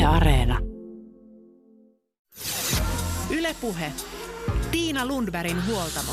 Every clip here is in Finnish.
Areena. Yle Puhe. Tiina Lundbergin huoltamo.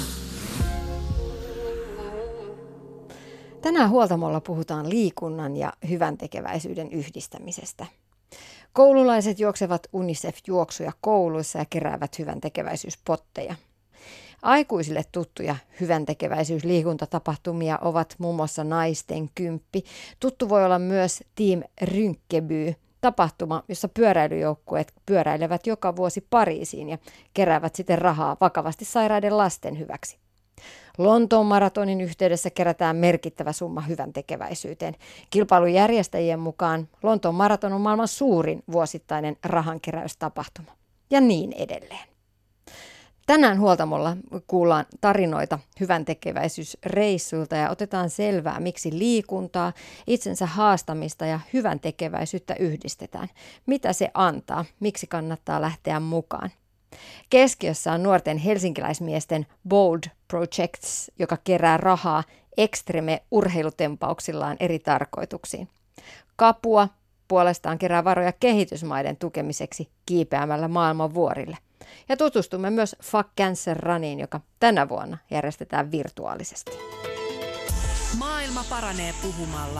Tänään huoltamolla puhutaan liikunnan ja hyväntekeväisyyden yhdistämisestä. Koululaiset juoksevat UNICEF-juoksuja kouluissa ja keräävät hyväntekeväisyyspotteja. Aikuisille tuttuja hyväntekeväisyysliikuntatapahtumia ovat muun muassa naisten kymppi. Tuttu voi olla myös Team Rynkeby, tapahtuma, jossa pyöräilyjoukkueet pyöräilevät joka vuosi Pariisiin ja keräävät siten rahaa vakavasti sairaiden lasten hyväksi. Lontoon maratonin yhteydessä kerätään merkittävä summa hyväntekeväisyyteen. Kilpailujärjestäjien mukaan Lontoon maraton on maailman suurin vuosittainen rahankeräystapahtuma. Ja niin edelleen. Tänään huoltamolla kuullaan tarinoita hyväntekeväisyysreissuilta ja otetaan selvää, miksi liikuntaa, itsensä haastamista ja hyväntekeväisyyttä yhdistetään. Mitä se antaa, miksi kannattaa lähteä mukaan. Keskiössä on nuorten helsinkiläismiesten Bold Projects, joka kerää rahaa extreme-urheilutempauksillaan eri tarkoituksiin. Kapua puolestaan kerää varoja kehitysmaiden tukemiseksi kiipeämällä maailman vuorille. Ja tutustumme myös Fuck Cancer Runiin, joka tänä vuonna järjestetään virtuaalisesti. Maailma paranee puhumalla.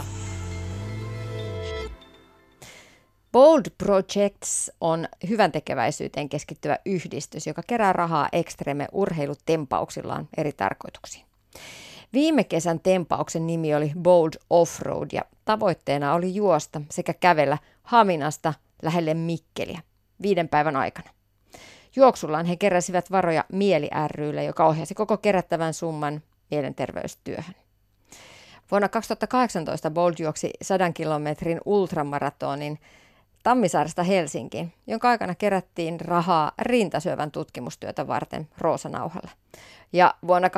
Bold Projects on hyväntekeväisyyteen keskittyvä yhdistys, joka kerää rahaa extreme-urheilutempauksillaan eri tarkoituksiin. Viime kesän tempauksen nimi oli Bold Offroad ja tavoitteena oli juosta sekä kävellä Haminasta lähelle Mikkeliä 5 päivän aikana. Juoksullaan he keräsivät varoja Mieli ry:lle, joka ohjasi koko kerättävän summan mielenterveystyöhön. Vuonna 2018 Bold juoksi 100 kilometrin ultramaratonin Tammisaaresta Helsinkiin, jonka aikana kerättiin rahaa rintasyövän tutkimustyötä varten Roosanauhalla. Ja vuonna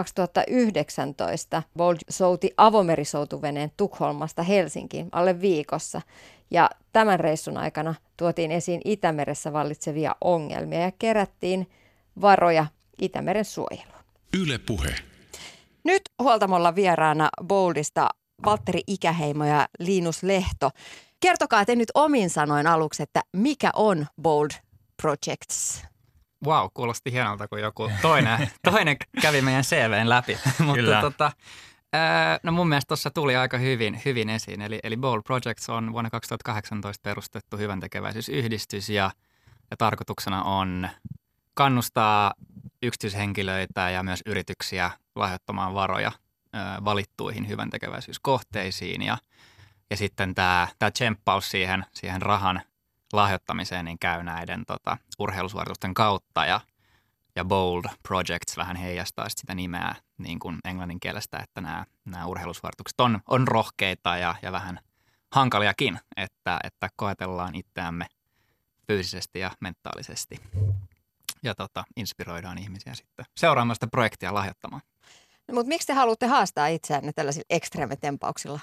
2019 Bold souti avomerisotuveneen Tukholmasta Helsinkiin alle viikossa. Ja tämän reissun aikana tuotiin esiin Itämeressä vallitsevia ongelmia ja kerättiin varoja Itämeren suojeluun. Yle Puhe. Nyt huoltamolla vieraana Boldista Valtteri Ikäheimo ja Linus Lehto. Kertokaa te nyt omin sanoin aluksi, että mikä on Bold Projects? Wow, kuulosti hienolta, kun joku toinen kävi meidän CVn läpi. Mutta no mun mielestä tuossa tuli aika hyvin esiin. Eli Bold Projects on vuonna 2018 perustettu hyväntekeväisyysyhdistys ja tarkoituksena on kannustaa yksityishenkilöitä ja myös yrityksiä lahjoittamaan varoja valittuihin hyväntekeväisyyskohteisiin ja sitten tämä tsemppaus siihen rahan lahjoittamiseen niin käy näiden urheilusuoritusten kautta ja Bold Projects vähän heijastaa sitä nimeä niin kuin englannin kielestä, että nämä urheilusuoritukset on rohkeita ja vähän hankaliakin, että koetellaan itseämme fyysisesti ja mentaalisesti ja inspiroidaan ihmisiä sitten seuraamaan sitä projektia lahjoittamaan. No, mutta miksi te haluatte haastaa itseänne tällaisilla ekstreemetempauksilla?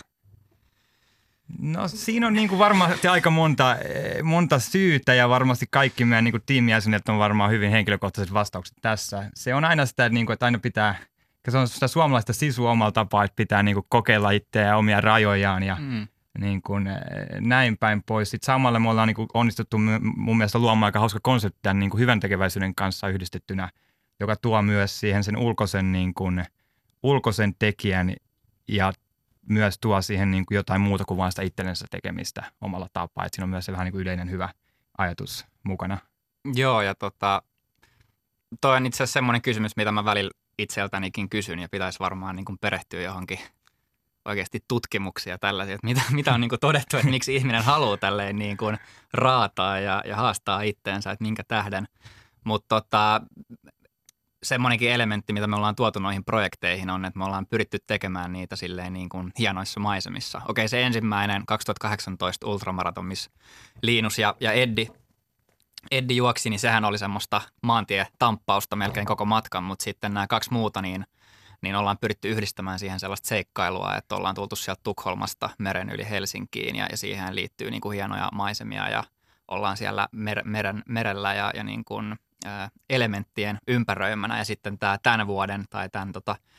No siinä on niin kuin varmasti aika monta syytä ja varmasti kaikki meidän niin kuin tiimijäsenet on varmaan hyvin henkilökohtaiset vastaukset tässä. Se on aina sitä, että aina pitää, se on sitä suomalaista sisua omalla tapaa, että pitää niin kuin kokeilla itseä ja omia rajojaan ja niin kuin näin päin pois. Sitten samalla me ollaan niin kuin onnistuttu mun mielestä luomaan aika hauska konsepti tämän niin kuin hyväntekeväisyyden kanssa yhdistettynä, joka tuo myös siihen sen ulkoisen tekijän ja myös tuo siihen niin kuin jotain muuta kuin vaan sitä itsellensä tekemistä omalla tapaa. Että siinä on myös se vähän niin kuin yleinen hyvä ajatus mukana. Joo, ja toi on itse asiassa semmoinen kysymys, mitä mä välillä itseltänikin kysyn ja pitäisi varmaan niin kuin perehtyä johonkin oikeasti tutkimuksia tällaisia, että mitä on niin kuin todettu, että miksi ihminen haluaa tälleen niin kuin raataa ja haastaa itteensä, että minkä tähden. Mutta semmoinenkin elementti, mitä me ollaan tuotu noihin projekteihin on, että me ollaan pyritty tekemään niitä silleen niin kuin hienoissa maisemissa. Okei, se ensimmäinen 2018 ultramaraton, missä Linus ja Eddi juoksi, niin sehän oli semmoista maantietamppausta melkein koko matkan, mutta sitten nämä 2 muuta, niin ollaan pyritty yhdistämään siihen sellaista seikkailua, että ollaan tultu sieltä Tukholmasta meren yli Helsinkiin ja siihen liittyy niin kuin hienoja maisemia ja ollaan siellä merellä ja niin kuin elementtien ympäröimänä ja sitten tämän vuoden tai tämän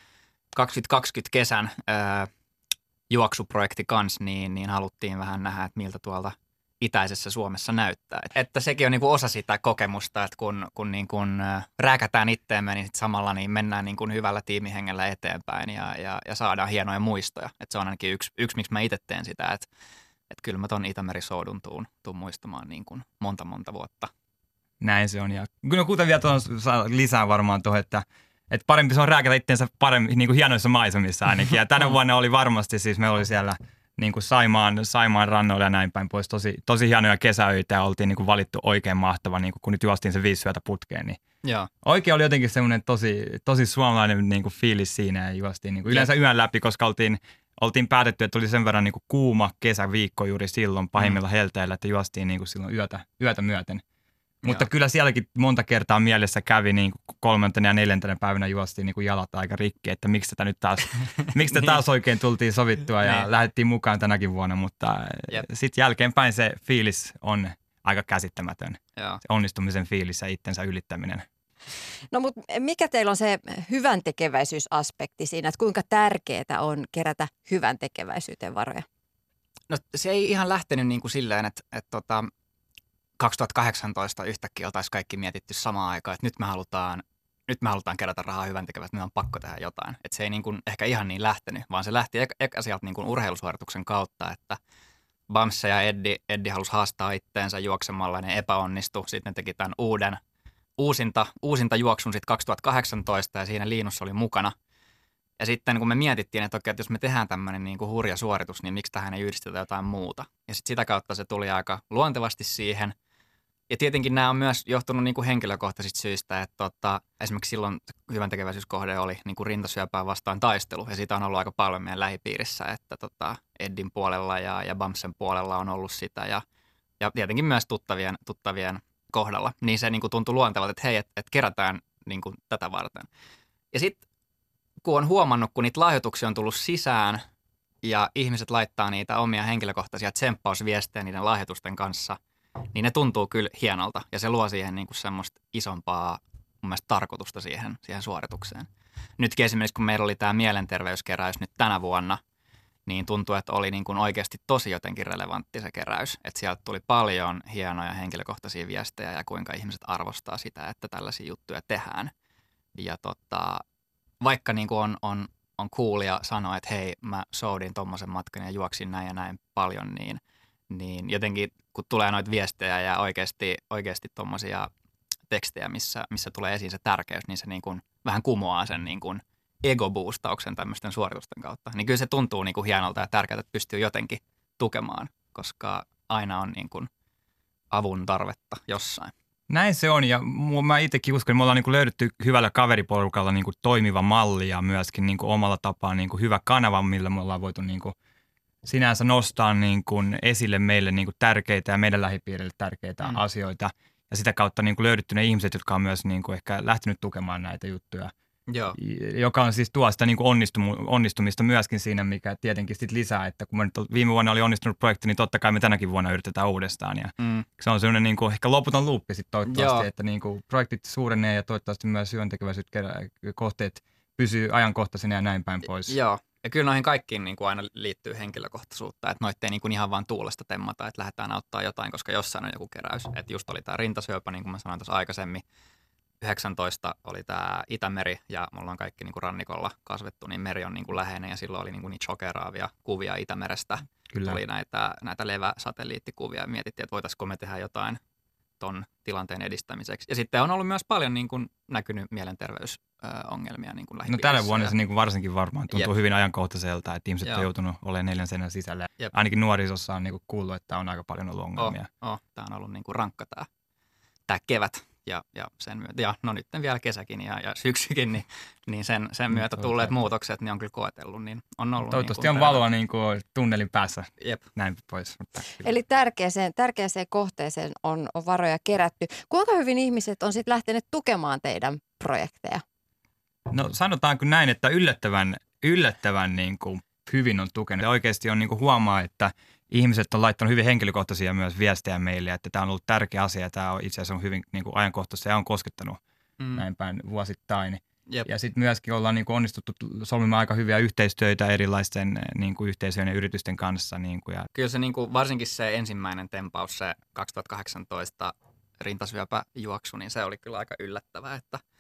2020 kesän juoksuprojekti kanssa, niin haluttiin vähän nähdä, että miltä tuolta itäisessä Suomessa näyttää. Että sekin on niin kuin osa sitä kokemusta, että kun niin kuin rääkätään itteemme, niin sit samalla niin mennään niin kuin hyvällä tiimihengellä eteenpäin ja saadaan hienoja muistoja. Että se on ainakin yksi miksi mä itse teen sitä, että kyllä mä ton Itämeri-soudun tuun muistamaan niin kuin monta vuotta. Näin se on. Ja kyllä kuten vielä lisää varmaan tuohon, että parempi se on rääkätä itseensä paremmin niin kuin hienoissa maisemissa ainakin. Ja tänä vuonna oli varmasti, siis me oli siellä niin kuin Saimaan rannoilla ja näin päin pois. Tosi hienoja kesäöitä ja oltiin niin kuin valittu oikein mahtava, niin kuin kun nyt juostiin se 5 yötä putkeen. Niin Joo. Oikein oli jotenkin semmoinen tosi suomalainen niin kuin fiilis siinä ja juostiin niin kuin yleensä yön läpi, koska oltiin päätetty, että oli sen verran niin kuin kuuma kesäviikko juuri silloin pahimmilla helteillä, että juostiin niin kuin silloin yötä myöten. Mutta kyllä sielläkin monta kertaa mielessä kävi niin kuin 3. ja 4. päivänä juostiin niin kuin jalat aika rikki, että miksi tätä nyt taas oikein tultiin sovittua ja lähdettiin mukaan tänäkin vuonna, mutta sitten jälkeenpäin se fiilis on aika käsittämätön. Se onnistumisen fiilis ja itsensä ylittäminen. No mutta mikä teillä on se hyvän tekeväisyysaspekti siinä, että kuinka tärkeää on kerätä hyvän tekeväisyyteen varoja? No se ei ihan lähtenyt niin kuin silleen, että 2018 yhtäkkiä oltaisiin kaikki mietitty samaan aikaan, että nyt me halutaan kerätä rahaa hyväntekevästi, meidän on pakko tehdä jotain. Että se ei niin kuin ehkä ihan niin lähtenyt, vaan se lähti eka sieltä niin kuin urheilusuorituksen kautta, että Bamse ja Eddi halusi haastaa itteensä juoksemalla, ne epäonnistui. Sitten ne teki tämän uusinta juoksun sitten 2018 ja siinä Liinus oli mukana. Ja sitten kun me mietittiin, että okei, että jos me tehdään tämmöinen niin kuin hurja suoritus, niin miksi tähän ei yhdistetä jotain muuta. Ja sitten sitä kautta se tuli aika luontevasti siihen. Ja tietenkin nämä on myös johtunut niin kuin henkilökohtaisista syistä, että esimerkiksi silloin hyvän tekeväisyyskohde oli niin kuin rintasyöpää vastaan taistelu. Ja siitä on ollut aika paljon meidän lähipiirissä, että Eddin puolella ja Bamsen puolella on ollut sitä. Ja tietenkin myös tuttavien kohdalla. Niin se niin kuin tuntui luontevalta, että hei, että kerätään niin kuin tätä varten. Ja sitten kun on huomannut, kun niitä lahjoituksia on tullut sisään ja ihmiset laittaa niitä omia henkilökohtaisia tsemppausviestejä niiden lahjoitusten kanssa, niin ne tuntuu kyllä hienolta ja se luo siihen niin kuin semmoista isompaa mun mielestä tarkoitusta siihen suoritukseen. Nytkin esimerkiksi, kun meillä oli tämä mielenterveyskeräys nyt tänä vuonna, niin tuntuu, että oli niin kuin oikeasti tosi jotenkin relevantti se keräys. Että sieltä tuli paljon hienoja henkilökohtaisia viestejä ja kuinka ihmiset arvostaa sitä, että tällaisia juttuja tehdään. Ja vaikka niin kuin on coolia sanoa, että hei, mä soudin tommosen matkan ja juoksin näin ja näin paljon, niin jotenkin kun tulee noita viestejä ja oikeasti tommosia tekstejä, missä tulee esiin se tärkeys, niin se niin kuin vähän kumoaa sen niin kuin ego-boostauksen tämmöisten suoritusten kautta. Niin kyllä se tuntuu niin kuin hienolta ja tärkeää, että pystyy jotenkin tukemaan, koska aina on niin kuin avun tarvetta jossain. Näin se on ja mä itsekin uskon, että me ollaan niin kuin löydetty hyvällä kaveriporukalla niin kuin toimiva malli ja myöskin niin kuin omalla tapaa niin kuin hyvä kanava, millä me ollaan voitu niin kuin sinänsä nostaa niin kuin esille meille niin kuin tärkeitä ja meidän lähipiirille tärkeitä asioita. Ja sitä kautta niin kuin löydetty ne ihmiset, jotka on myös niin kuin ehkä lähtenyt tukemaan näitä juttuja. Joo. Joka on siis tuo sitä niin kuin onnistumista myöskin siinä, mikä tietenkin sit lisää, että kun viime vuonna oli onnistunut projekti, niin totta kai me tänäkin vuonna yritetään uudestaan. Ja se on sellainen niin kuin ehkä loputon luuppi sitten toivottavasti, että niin kuin projektit suurenee ja toivottavasti myös kohteet pysyy ajankohtaisena ja näin päin pois. Joo. Ja kyllä noihin kaikkiin niin kuin aina liittyy henkilökohtaisuutta, että noita ei niin kuin ihan vaan tuulesta temmata, että lähdetään auttaa jotain, koska jossain on joku keräys. Että just oli tämä rintasyöpä, niin kuin mä sanoin tuossa aikaisemmin. 19 oli tämä Itämeri ja me ollaan kaikki niin kuin rannikolla kasvettu, niin meri on niin kuin läheinen ja silloin oli niin kuin niitä shokeraavia kuvia Itämerestä. Kyllä. Tuli näitä leväsatelliittikuvia ja mietittiin, että voitaisiko me tehdä jotain ton tilanteen edistämiseksi. Ja sitten on ollut myös paljon niin kuin näkynyt mielenterveysongelmia niin kuin lähipiirissä. No tällä vuonna se niin kuin varsinkin varmaan tuntuu hyvin ajankohtaiselta, että ihmiset on joutunut olemaan 4 seinän sisällä. Ainakin nuorisossa on niin kuin kuullut, että on aika paljon ollut ongelmia. Tämä on ollut niin kuin rankka tämä kevät. Ja sen myötä, ja no nyt vielä kesäkin ja syksykin, niin sen myötä tulleet muutokset niin on kyllä koetellut, niin on ollut. Toivottavasti on valoa niin kuin tunnelin päässä, näin pois. Eli tärkeäseen kohteeseen on varoja kerätty. Kuinka hyvin ihmiset on sitten lähteneet tukemaan teidän projekteja? No sanotaanko näin, että yllättävän niin kuin hyvin on tukenut. Ja oikeasti on niin kuin huomaa, että ihmiset on laittanut hyvin henkilökohtaisia myös viestejä meille, että tämä on ollut tärkeä asia ja tämä on itse asiassa on hyvin niin kuin ajankohtaista ja on koskettanut näin päin vuosittain. Jep. Ja sitten myöskin ollaan niin kuin onnistuttu solmimaan aika hyviä yhteistyötä erilaisten niin kuin yhteisöjen ja yritysten kanssa. Niin kuin, ja Kyllä se niin kuin, varsinkin se ensimmäinen tempaus, se 2018 rintasyöpäjuoksu, niin se oli kyllä aika yllättävää,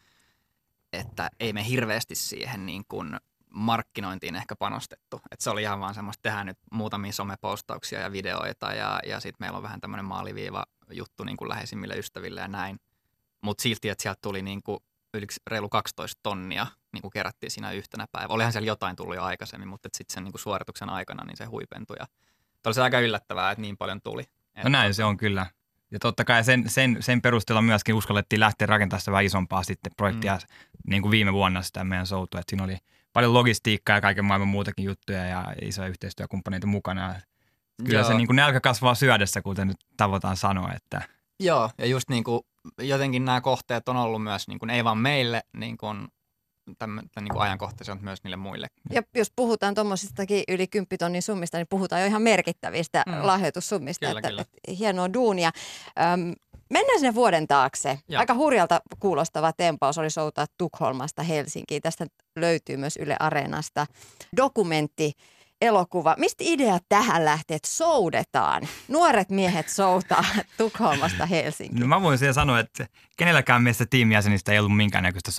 että ei me hirveästi siihen niin kuin markkinointiin ehkä panostettu. Että se oli ihan vaan semmoista, tehdään nyt muutamia somepostauksia ja videoita ja sitten meillä on vähän tämmöinen maaliviiva juttu niin kuin läheisimmille ystäville ja näin. Mutta silti, että sieltä tuli niin kuin yli reilu 12 tonnia niin kuin kerättiin siinä yhtenä päivänä. Olihan siellä jotain tullut jo aikaisemmin, mutta sitten sen niin kuin suorituksen aikana niin se huipentui. Ja oli se aika yllättävää, että niin paljon tuli. no näin se on kyllä. Ja totta kai sen perusteella myöskin uskallettiin lähteä rakentamaan sitä vähän isompaa sitten projektia niin kuin viime vuonna sitä meidän soutua. Että siinä oli paljon logistiikkaa ja kaiken maailman muutakin juttuja ja isoja yhteistyökumppaneita mukana. Kyllä se niin kuin nälkä kasvaa syödessä, kuten nyt tavoitaan sanoa. Että Joo, ja just niin kuin jotenkin nämä kohteet on ollut myös, niin kuin, ei vaan meille niin kuin, niin kuin ajankohtaisia, mutta myös niille muille. Ja jos puhutaan tuommoisistakin yli 10 tonnin summista, niin puhutaan jo ihan merkittävistä lahjoitussummista. Kyllä, että, kyllä. että hienoa duunia. Mennään sinne vuoden taakse. Joo. Aika hurjalta kuulostava tempaus oli soutaa Tukholmasta Helsinkiin. Tästä löytyy myös Yle Areenasta dokumentti. Elokuva. Mistä idea tähän lähtee, että soudetaan? Nuoret miehet soutaa Tukholmasta Helsinkiin. no mä voin siihen sanoa, että kenelläkään meistä tiimijäsenistä ei ollut minkäännäköistä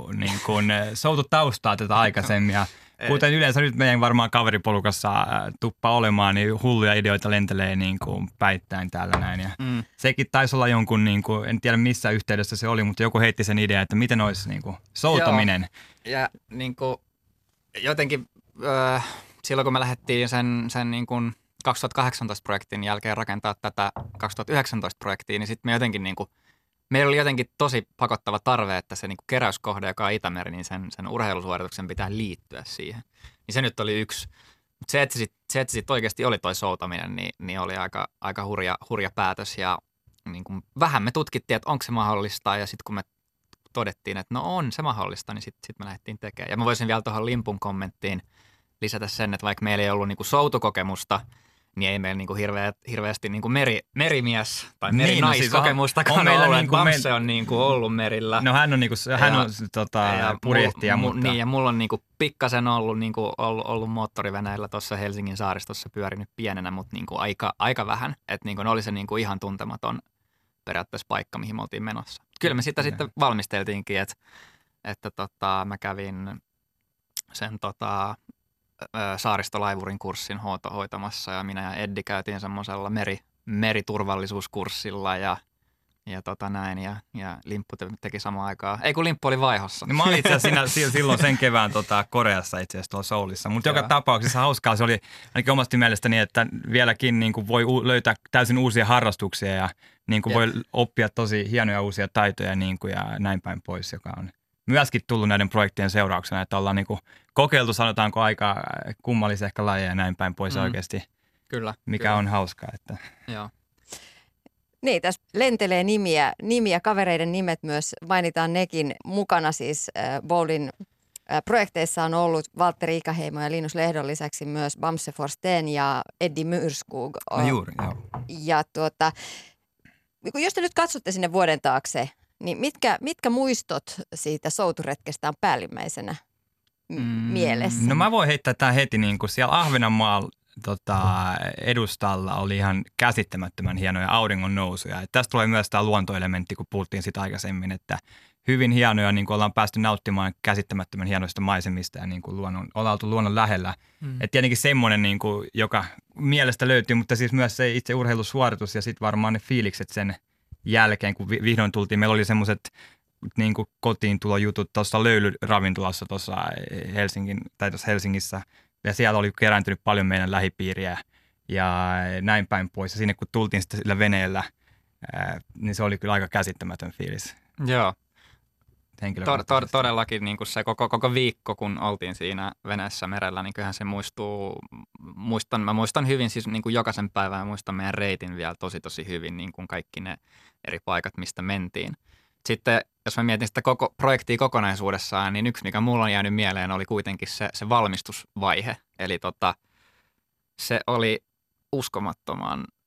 soututaustaa tätä aikaisemmin. Ja kuten yleensä nyt meidän varmaan kaveripolukassa tuppaa olemaan, niin hulluja ideoita lentelee niin kuin päittäin täällä näin. Ja sekin taisi olla jonkun, niin kuin, en tiedä missä yhteydessä se oli, mutta joku heitti sen idea, että miten olisi niin kuin soutaminen. Joo. Ja niin kuin, jotenkin silloin kun me lähdettiin sen niin kuin 2018-projektin jälkeen rakentaa tätä 2019-projektia, niin sitten me jotenkin niin kuin, meillä oli jotenkin tosi pakottava tarve, että se niin kuin keräyskohde, joka on Itämeri, niin sen urheilusuorituksen pitää liittyä siihen. Niin se nyt oli yksi. Mutta se, että se sitten oikeasti oli toi soutaminen, niin oli aika hurja päätös. Ja niin kuin vähän me tutkittiin, että onko se mahdollista. Ja sitten kun me todettiin, että no on se mahdollista, niin sitten me lähdettiin tekemään. Ja mä voisin vielä tuohon Limpun kommenttiin lisätä sen, että vaikka meillä ei ollut niin kuin soutukokemusta, niin ei meillä niinku hirveästi niinku merimies tai merinaiskokemustakaan meillä ollut. niinku Bamse on niinku ollut merillä. No hän on purjehtija, mutta Niin, ja mulla on niinku pikkasen ollut moottoriveneillä tuossa Helsingin saaristossa pyörinyt pienenä, mutta niinku aika vähän. Että niinku ne oli se niinku ihan tuntematon periaatteessa paikka, mihin me oltiin menossa. Kyllä me sitä sitten valmisteltiinkin, että mä kävin sen saaristolaivurin kurssin hoitamassa ja minä ja Eddi käytiin semmoisella meriturvallisuuskurssilla ja näin ja Limppu teki samaan aikaan. Ei kun Limppu oli vaihossa. No, mä olin itse asiassa silloin sen kevään Koreassa itse asiassa tuolla Soulissa, mutta joka tapauksessa hauskaa se oli ainakin omasta mielestäni, että vieläkin niin kuin voi löytää täysin uusia harrastuksia ja niin kuin voi oppia tosi hienoja uusia taitoja niin kuin ja näin päin pois, joka on myöskin tullut näiden projektien seurauksena, että ollaan niin kuin kokeiltu, sanotaanko aika kummallisia ehkä lajeja ja näin päin pois oikeasti, kyllä, mikä on hauskaa. Että. Joo. Niin, tässä lentelee nimiä, kavereiden nimet myös, mainitaan nekin mukana siis Boldin projekteissa on ollut Valtteri Ikäheimo ja Linus Lehdon lisäksi myös Bamse Forsteen ja Eddie Myrskog. No juuri, joo. Ja jos te nyt katsotte sinne vuoden taakse, niin mitkä muistot siitä souturetkestä on päällimmäisenä mielessä? No mä voin heittää tämän heti, niin kuin siellä Ahvenanmaalla edustalla oli ihan käsittämättömän hienoja auringon nousuja. Et tästä tulee myös tämä luontoelementti, kun puhuttiin sitä aikaisemmin, että hyvin hienoja, niin kuin ollaan päästy nauttimaan käsittämättömän hienoista maisemista ja niin kuin ollaan oltu luonnon lähellä. Et tietenkin semmoinen, niin kuin, joka mielestä löytyy, mutta siis myös se itse urheilusuoritus ja sitten varmaan ne fiilikset sen jälkeen, kun vihdoin tultiin. Meillä oli semmoiset niin kuin kotiin tulojutut tuossa löylyravintolassa tuossa Helsingissä. Ja siellä oli kerääntynyt paljon meidän lähipiiriä ja näin päin pois. Ja sinne kun tultiin sitten sillä veneellä, niin se oli kyllä aika käsittämätön fiilis. Joo. Todellakin niin kuin se koko viikko, kun oltiin siinä veneessä merellä, niin kyllähän se mä muistan hyvin siis niin kuin jokaisen päivän, mä muistan meidän reitin vielä tosi hyvin, niin kuin kaikki ne eri paikat, mistä mentiin. Sitten jos mä mietin sitä koko projektia kokonaisuudessaan, niin yksi, mikä mulla on jäänyt mieleen, oli kuitenkin se valmistusvaihe. Eli se oli uskomattoman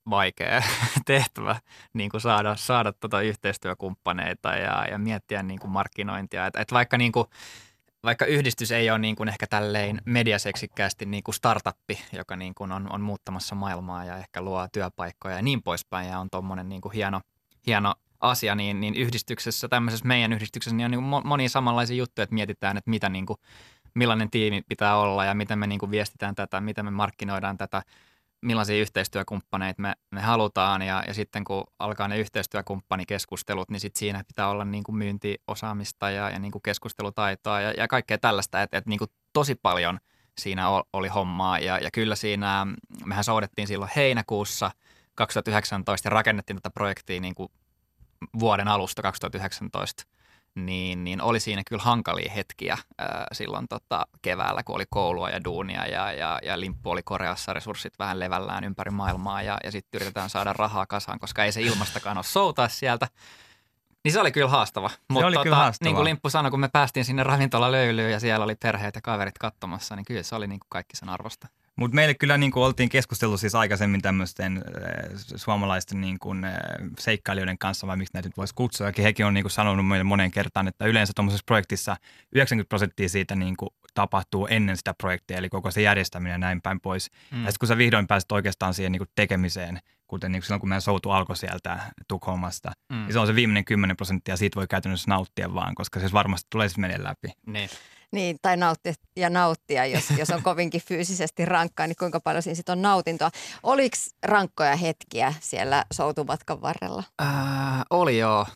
vaikea tehtävä niin kuin saada yhteistyökumppaneita ja miettiä niin kuin markkinointia. Et vaikka, niin kuin, vaikka yhdistys ei ole niin kuin ehkä tälleen mediaseksikkäästi niin kuin startuppi, joka niin kuin on muuttamassa maailmaa ja ehkä luo työpaikkoja ja niin poispäin ja on tuommoinen niin kuin hieno asia, niin yhdistyksessä, tämmöisessä meidän yhdistyksessä, niin on niin kuin monia samanlaisia juttuja, että mietitään, että mitä niin kuin, millainen tiimi pitää olla ja miten me niin kuin viestitään tätä, miten me markkinoidaan tätä, millaisia yhteistyökumppaneita me halutaan ja sitten kun alkaa ne yhteistyökumppanikeskustelut, niin sitten siinä pitää olla niin kuin myyntiosaamista ja niin kuin keskustelutaitoa ja kaikkea tällaista, että niin kuin tosi paljon siinä oli hommaa ja kyllä siinä, mehän soudettiin silloin heinäkuussa 2019 ja rakennettiin tätä projektia niin kuin vuoden alusta 2019, niin oli siinä kyllä hankalia hetkiä silloin keväällä, kun oli koulua ja duunia ja limppu oli Koreassa, resurssit vähän levällään ympäri maailmaa ja sitten yritetään saada rahaa kasaan, koska ei se ilmastakaan ole soutaa sieltä. Niin se oli kyllä haastava. Mutta niin kuin Limppu sanoi, kun me päästiin sinne ravintolalöylyyn ja siellä oli perheet ja kaverit katsomassa, niin kyllä se oli niin kuin kaikki sen arvosta. Mutta meille kyllä niin kuin oltiin keskustellut siis aikaisemmin tämmöisten suomalaisten niin kuin, seikkailijoiden kanssa, vai miksi näitä nyt voisi kutsua. Ja hekin on niin kuin sanonut meille moneen kertaan, että yleensä tuommoisessa projektissa 90% siitä niin kuin tapahtuu ennen sitä projektia, eli koko se järjestäminen ja näin päin pois. Ja sitten kun sä vihdoin pääset oikeastaan siihen niin kuin tekemiseen, kuten niin kuin silloin kun meidän soutu alkoi sieltä Tukholmasta, niin se on se viimeinen 10% ja siitä voi käytännössä nauttia vaan, koska se varmasti tulee sitten menee läpi. Niin, tai nauttia, jos on kovinkin fyysisesti rankkaa, niin kuinka paljon siinä sitten on nautintoa. Oliko rankkoja hetkiä siellä soutumatkan varrella? Oli joo.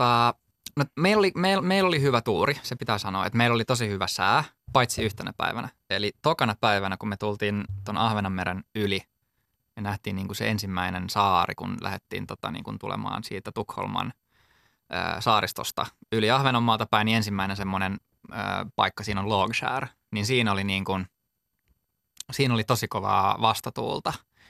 No, meillä oli hyvä tuuri, se pitää sanoa, että meillä oli tosi hyvä sää, paitsi yhtenä päivänä. Eli tokana päivänä, kun me tultiin tuon Ahvenanmeren yli, me nähtiin niin kuin se ensimmäinen saari, kun lähdettiin niin kuin tulemaan siitä Tukholman saaristosta yli Ahvenanmaalta päin, niin ensimmäinen semmoinen paikka siinä on Lågskär, niin siinä oli tosi kovaa vastatuulta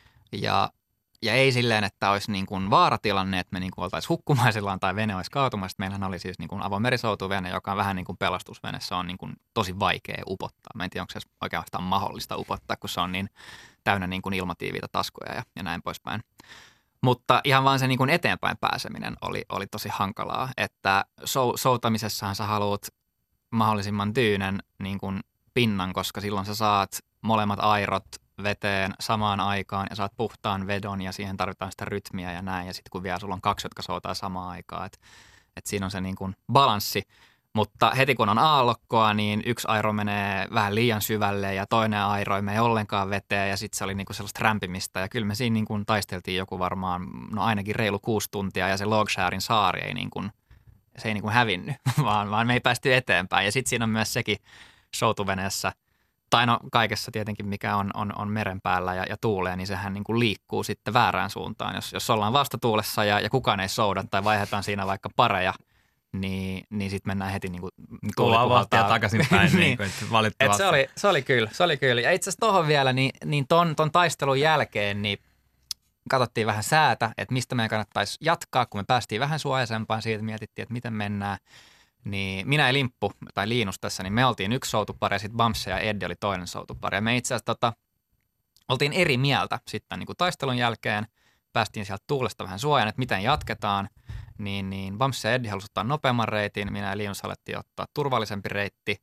ja ei silleen, että olisi niin kuin vaaratilanne, että me niin kuin oltaisiin hukkumaisillaan tai vene olisi kaatumassa. Meillähän oli siis niin kuin avoimerisoutuvene, joka on vähän niin kuin pelastusvene, se on niin kuin tosi vaikea upottaa. Mä en tiedä, onko se oikeastaan mahdollista upottaa, kun se on niin täynnä niin kuin ilmatiiviitä taskuja ja näin poispäin. Mutta ihan vaan se niin kuin eteenpäin pääseminen oli tosi hankalaa, että soutamisessahan sä haluat mahdollisimman tyynen niin kuin pinnan, koska silloin sä saat molemmat airot veteen samaan aikaan ja saat puhtaan vedon ja siihen tarvitaan sitä rytmiä ja näin. Ja sitten kun vielä sulla on kaksi, jotka soutaa samaan aikaan, että siinä on se niin kuin balanssi. Mutta heti kun on aallokkoa, niin yksi airo menee vähän liian syvälle ja toinen airo ei mene ollenkaan veteen ja sitten se oli niin kuin sellaista rämpimistä. Ja kyllä me siinä niin kuin taisteltiin joku varmaan, no ainakin reilu 6 tuntia ja se Lågskärin saari ei niin kuin se ei niin kuin hävinnyt, vaan me ei päästy eteenpäin. Ja sitten siinä on myös sekin soutuveneessä, tai no kaikessa tietenkin, mikä on meren päällä ja tuulee, niin sehän niin kuin liikkuu sitten väärään suuntaan. Jos ollaan vastatuulessa ja kukaan ei souda tai vaihdetaan siinä vaikka pareja, niin sitten mennään heti niin kuin tuuli puhaltaa takaisinpäin. niin kuin, että valitettavasti. Se oli kyllä. Ja itse asiassa tuohon vielä, niin ton taistelun jälkeen, niin katsottiin vähän säätä, että mistä meidän kannattaisi jatkaa, kun me päästiin vähän suojaisempaan siitä, mietittiin, että miten mennään. Niin minä ja Limppu, tai Liinus tässä, niin me oltiin yksi soutupari ja sitten Bamse ja Eddi oli toinen soutupari. Ja me itse asiassa oltiin eri mieltä sitten niin kuin taistelun jälkeen. Päästiin sieltä tuulesta vähän suojaan, että miten jatketaan. Niin Bamse ja Eddi halusivat ottaa nopeamman reitin, minä ja Liinus alettiin ottaa turvallisempi reitti.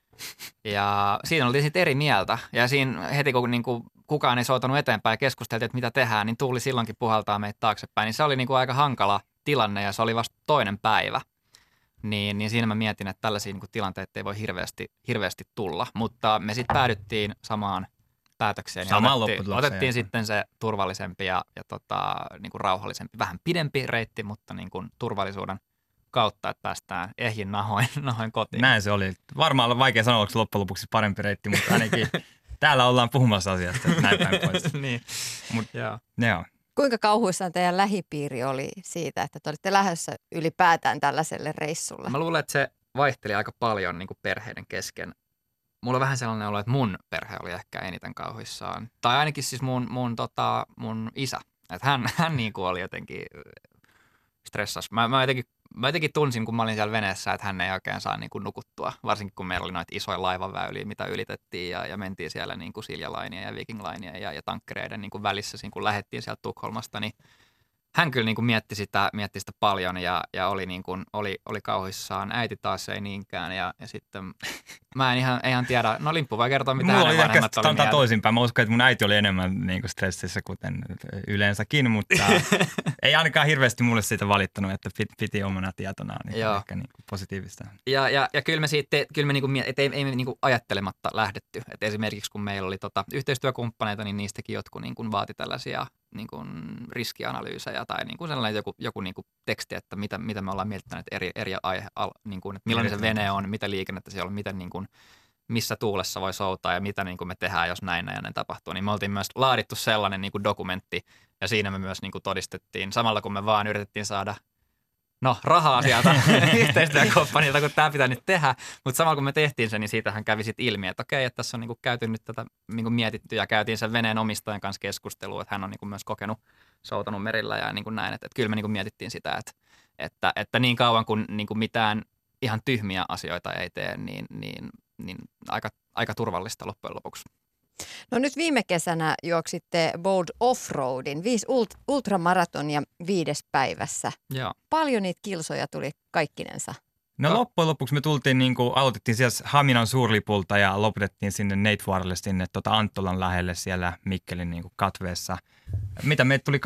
Ja siinä oltiin sitten eri mieltä. Ja siinä heti kun niinku kukaan ei soutanut eteenpäin ja keskusteltiin, että mitä tehdään, niin tuuli silloinkin puhaltaa meitä taaksepäin. Niin se oli niinku aika hankala tilanne ja se oli vasta toinen päivä. Niin siinä mä mietin, että tällaisia niinku tilanteita ei voi hirveästi tulla. Mutta me sitten päädyttiin samaan päätökseen. Otettiin sitten se turvallisempi ja niinku rauhallisempi, vähän pidempi reitti, mutta niinku turvallisuuden kautta, että päästään ehjin nahoin kotiin. Näin se oli. Varmaan on vaikea sanoa, onko se loppujen lopuksi parempi reitti, mutta ainakin täällä ollaan puhumassa asiasta, että näin päin pois. Niin. Joo. Kuinka kauhuissaan teidän lähipiiri oli siitä, että te olitte lähdössä ylipäätään tällaiselle reissulle? Mä luulen, että se vaihteli aika paljon niin kuin perheiden kesken. Mulla on vähän sellainen olo, että mun perhe oli ehkä eniten kauhuissaan. Tai ainakin siis mun isä. Että hän niin kuin oli jotenkin stressas. Mä jotenkin mä jotenkin tunsin, kun mä olin siellä veneessä, että hän ei oikein saa niin kuin nukuttua. Varsinkin kun meillä oli noita isoja laivaväyliä, mitä ylitettiin ja mentiin siellä niin kuin Silja Linea ja Viking Linea ja tankkereiden niin kuin välissä, kun lähdettiin sieltä Tukholmasta, niin hän kyllä niin kuin mietti sitä paljon ja oli, niin kuin, oli kauhissaan. Äiti taas ei niinkään ja sitten mä en ihan tiedä. No Limppu voi kertoa, mitä hänen vanhemmat oli mieltä. Toisinpäin. Mä uskon, että mun äiti oli enemmän niin kuin stressissä, kuten yleensäkin, mutta ei ainakaan hirveästi mulle siitä valittanut, että piti omana tietonaan. Niin ehkä niin kuin positiivista. Ja kyllä me siitä, niin kuin, että ei me niin kuin ajattelematta lähdetty. Et esimerkiksi kun meillä oli yhteistyökumppaneita, niin niistäkin jotkut niin kuin vaati tällaisia niin kuin riskianalyysejä tai niin kuin sellainen joku niin kuin teksti, että mitä me ollaan miettineet eri aihe, niin kuin, että millainen se vene on, mitä liikennettä siellä on, miten niin kuin, missä tuulessa voi soutaa ja mitä niin kuin me tehdään, jos näin tapahtuu. Niin me oltiin myös laadittu sellainen niin kuin dokumentti ja siinä me myös niin kuin todistettiin, samalla kun me vaan yritettiin saada rahaa sieltä yhteistyökumppanilta, kun tämä pitää nyt tehdä. Mutta samalla kun me tehtiin sen, niin siitähän kävi sitten ilmi, että okei, että tässä on niinku käyty nyt tätä niinku mietitty ja käytiin sen veneen omistajan kanssa keskustelua, että hän on niinku myös kokenut soutanut merillä ja niinku näin. Että kyllä me niinku mietittiin sitä, että niin kauan kun niinku mitään ihan tyhmiä asioita ei tee, niin aika turvallista loppujen lopuksi. No nyt viime kesänä juoksitte Bold Offroadin, 5 ultramaratonia 5 päivässä. Joo. Paljon niitä kilsoja tuli kaikkinensa? No loppujen lopuksi me aloitettiin siellä Haminan suurlipulta ja lopetettiin sinne Neitvuorelle sinne Anttolan lähelle siellä Mikkelin niin kuin katveessa. Mitä meitä tuli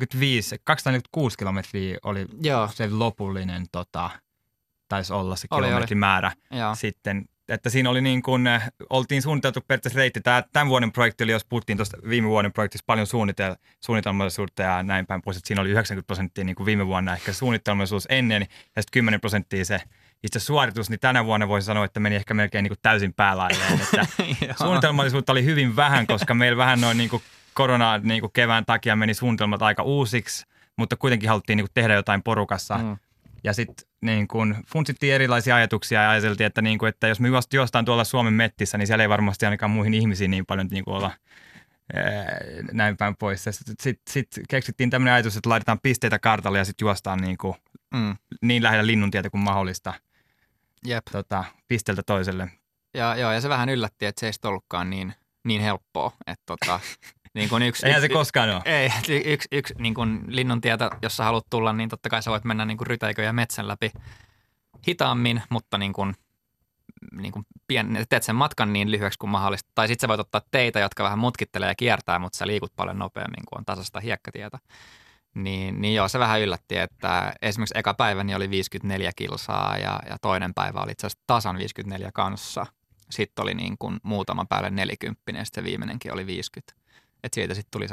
246 kilometriä oli se lopullinen, taisi olla se kilometrimäärä sitten. Että siinä oli niin kuin, oltiin suunniteltu periaatteessa reitti. Tämän vuoden projekti oli, jos puhuttiin tuosta viime vuoden projektista paljon suunnitelmallisuutta ja näin päin pois, että siinä oli 90% niin kuin viime vuonna ehkä suunnitelmallisuus ennen ja sitten 10% se itse suoritus, niin tänä vuonna voisi sanoa, että meni ehkä melkein niin kuin täysin päälailleen. Että suunnitelmallisuutta oli hyvin vähän, koska meillä vähän noin niin kuin korona niin kuin kevään takia meni suunnitelmat aika uusiksi, mutta kuitenkin haluttiin niin kuin tehdä jotain porukassa. Ja sitten niin kun funtsittiin erilaisia ajatuksia ja ajateltiin, että, niin kun, että jos me juostaan tuolla Suomen mettissä, niin siellä ei varmasti ainakaan muihin ihmisiin niin paljon niin olla näin päin pois. Sitten keksittiin tämmöinen ajatus, että laitetaan pisteitä kartalle ja sitten juostaan niin lähellä linnuntietä kuin mahdollista pisteeltä toiselle. Ja se vähän yllätti, että se ei sitten ollutkaan niin helppoa, että niin kuin eihän se koskaan ole. Ei, yksi niin kuin linnuntietä, jos sä haluat tulla, niin totta kai sä voit mennä niin kuin ryteikön ja metsän läpi hitaammin, mutta niin kuin teet sen matkan niin lyhyeksi kuin mahdollista. Tai sitten sä voit ottaa teitä, jotka vähän mutkittelee ja kiertää, mutta sä liikut paljon nopeammin, kuin on tasaista hiekkatietä. Niin joo, se vähän yllätti, että esimerkiksi eka päivä niin oli 54 kilsaa ja toinen päivä oli itse asiassa tasan 54 kanssa. Sitten oli niin kuin muutama päälle 40 ja sitten se viimeinenkin oli 50. Että siitä sitten tuli se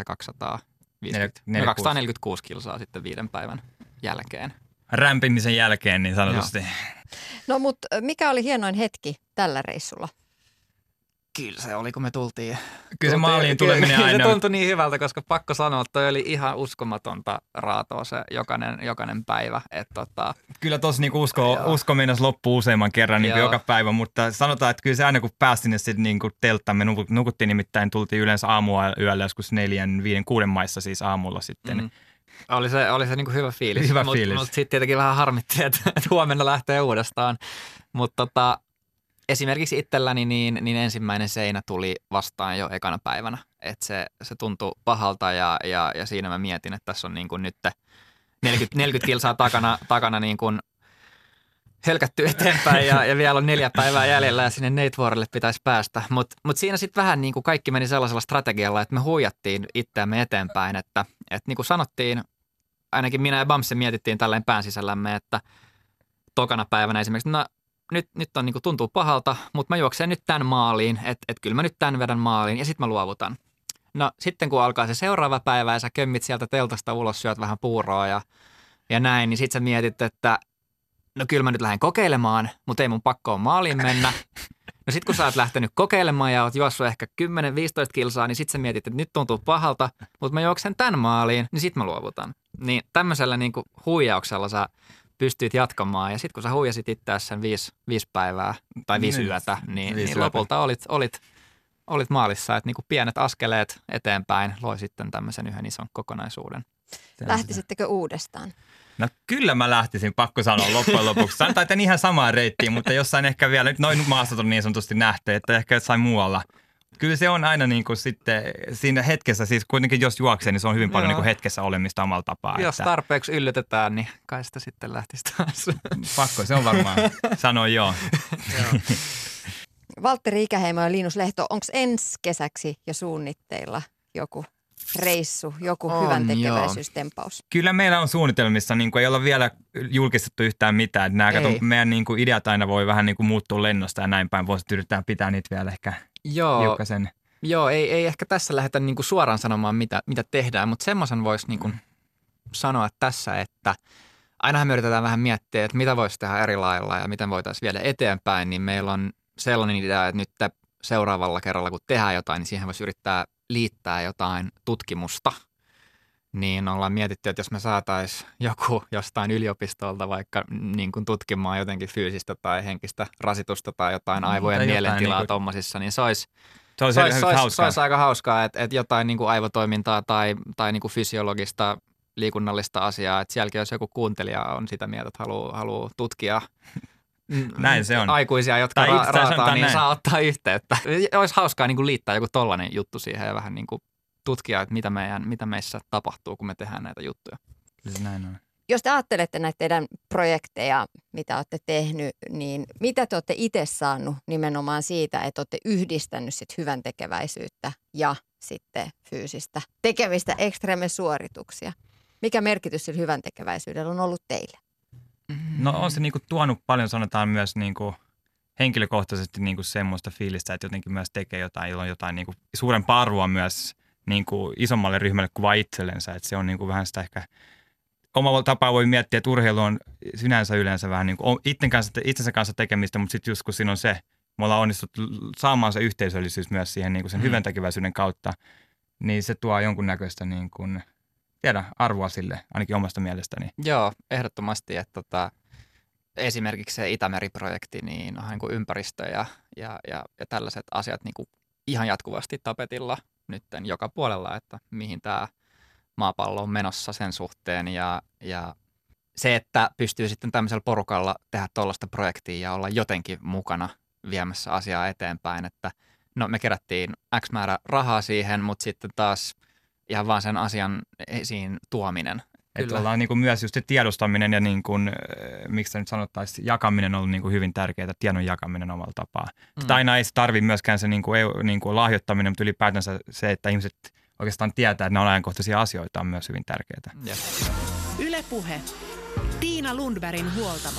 246 kilsaa sitten 5 päivän jälkeen. Rämpimisen jälkeen niin sanotusti. Joo. No mutta mikä oli hienoin hetki tällä reissulla? Kyllä se oli, kun me tultiin. Kyllä se maaliin tuleminen aina. Se tuntui niin hyvältä, koska pakko sanoa, että toi oli ihan uskomatonta raatoa se jokainen päivä. Kyllä tossa niinku usko meinasi loppuu useamman kerran niinku joka päivä, mutta sanotaan, että kyllä se aina kun päästiin sinne sitten niinku telttaan, me nukuttiin nimittäin, tultiin yleensä yöllä joskus 4, 5, 6 maissa siis aamulla sitten. Mm-hmm. Oli se niinku hyvä fiilis. Mutta sitten tietenkin vähän harmitti, että huomenna lähtee uudestaan. Mutta esimerkiksi itselläni niin ensimmäinen seinä tuli vastaan jo ekana päivänä. Että se tuntui pahalta ja siinä mä mietin, että tässä on niin kuin nyt 40 kilsaa takana niin kuin hölkätty eteenpäin ja vielä on 4 päivää jäljellä ja sinne Neitvuorelle pitäisi päästä. Mutta siinä sitten vähän niin kuin kaikki meni sellaisella strategialla, että me huijattiin itseämme eteenpäin. Että niin kuin sanottiin, ainakin minä ja Bamse mietittiin tälleen pään sisällämme, että tokana päivänä esimerkiksi, nyt on niin kuin tuntuu pahalta, mutta mä juoksen nyt tämän maaliin, että kyllä mä nyt tämän vedän maaliin ja sitten mä luovutan. No sitten kun alkaa se seuraava päivä ja sä kömmit sieltä teltasta ulos, syöt vähän puuroa ja näin, niin sit sä mietit, että no kyllä mä nyt lähden kokeilemaan, mutta ei mun pakko ole maaliin mennä. No sit kun sä oot lähtenyt kokeilemaan ja oot juossut ehkä 10-15 kilsaa, niin sit sä mietit, että nyt tuntuu pahalta, mutta mä juoksen tämän maaliin, niin sit mä luovutan. Niin tämmöisellä niin kuin huijauksella sä pystyit jatkamaan ja sit kun sä huijasit itseäsi sen 5 päivää tai 5 yötä, niin lopulta olit maalissa, että niin kuin pienet askeleet eteenpäin loi sitten tämmöisen yhden ison kokonaisuuden. Lähtisittekö uudestaan? No kyllä mä lähtisin, pakko sanoa loppujen lopuksi. Sanotaan, että en ihan samaan reittiin, mutta jossain ehkä vielä, nyt noin maastot on niin sanotusti nähty, että ehkä jossain muualla. Kyllä se on aina niin kuin sitten siinä hetkessä, siis kuitenkin jos juoksee, niin se on hyvin paljon niin kuin hetkessä olemista omalla tapaa. Jos tarpeeksi yllytetään, niin kai sitä sitten lähtisi taas. Pakko, se on varmaan, sanoin joo. Valtteri Ikäheimo ja Linus Lehto, onko ensi kesäksi jo suunnitteilla joku reissu, joku hyvän tekeväisyystempaus? Kyllä meillä on suunnitelmissa, niin kuin ei olla vielä julkistettu yhtään mitään. Meidän niin kuin ideat aina voi vähän niin kuin muuttua lennosta ja näin päin. Voisi yrittää pitää niitä vielä ehkä hiukkasen. Joo, ei ehkä tässä lähdetä niin kuin suoraan sanomaan, mitä tehdään, mutta semmoisen voisi niin kuin sanoa tässä, että ainahan me yritetään vähän miettiä, että mitä voisi tehdä eri lailla ja miten voitaisiin viedä eteenpäin, niin meillä on sellainen idea, että nyt seuraavalla kerralla, kun tehdään jotain, niin siihen voisi yrittää liittää jotain tutkimusta. Niin ollaan mietitty, että jos me saataisiin joku jostain yliopistolta vaikka niin kuin tutkimaan jotenkin fyysistä tai henkistä rasitusta tai jotain aivojen mielentilaa niin tommosissa, niin se olisi aika hauskaa, että jotain niin kuin aivotoimintaa tai niin kuin fysiologista liikunnallista asiaa, että sielläkin jos joku kuuntelija on sitä mieltä, että haluaa tutkia näin se on. Aikuisia, jotka raataa, niin saa ottaa yhteyttä. Olisi hauskaa niin kuin liittää joku tollainen juttu siihen ja vähän niin kuin tutkia, että mitä meissä tapahtuu, kun me tehdään näitä juttuja. Näin on. Jos te ajattelette näitä teidän projekteja, mitä olette tehnyt, niin mitä te olette itse saanut nimenomaan siitä, että olette yhdistänyt sit hyvän tekeväisyyttä ja sitten fyysistä tekemistä, ekstreeme-suorituksia? Mikä merkitys sillä hyvän tekeväisyydellä on ollut teille? No on se niinku tuonut paljon, sanotaan myös niinku henkilökohtaisesti niinku semmoista fiilistä, että jotenkin myös tekee jotain, jolla on jotain niinku suurempaa arvoa myös niinku isommalle ryhmälle kuin vain itsellensä. Että se on niinku vähän sitä ehkä omalla tapaa voi miettiä, että urheilu on sinänsä yleensä vähän niinku itsensä kanssa tekemistä, mutta sitten just kun siinä on se, me ollaan onnistuttu saamaan se yhteisöllisyys myös siihen niinku sen hyvän tekeväisyyden kautta, niin se tuo jonkunnäköistä niin kuin arvoa sille, ainakin omasta mielestäni. Joo, ehdottomasti, että esimerkiksi se Itämeri-projekti, niin on niin kuin ympäristö ja tällaiset asiat niin kuin ihan jatkuvasti tapetilla nyt joka puolella, että mihin tämä maapallo on menossa sen suhteen ja se, että pystyy sitten tämmöisellä porukalla tehdä tuollaista projektia ja olla jotenkin mukana viemässä asiaa eteenpäin, että no me kerättiin X määrä rahaa siihen, mutta sitten taas ihan vaan sen asian esiin tuominen. Että ollaan niin kuin myös just se tiedostaminen ja niin kuin, miksi se nyt sanottaisiin, jakaminen on ollut niin kuin hyvin tärkeää, tiedon jakaminen omalla tapaa. Aina ei tarvitse myöskään se niin kuin lahjoittaminen, mutta ylipäätänsä se, että ihmiset oikeastaan tietää, että nämä on ajankohtaisia asioita, on myös hyvin tärkeää. Yes. Yle Puhe. Tiina Lundbergin huoltamo.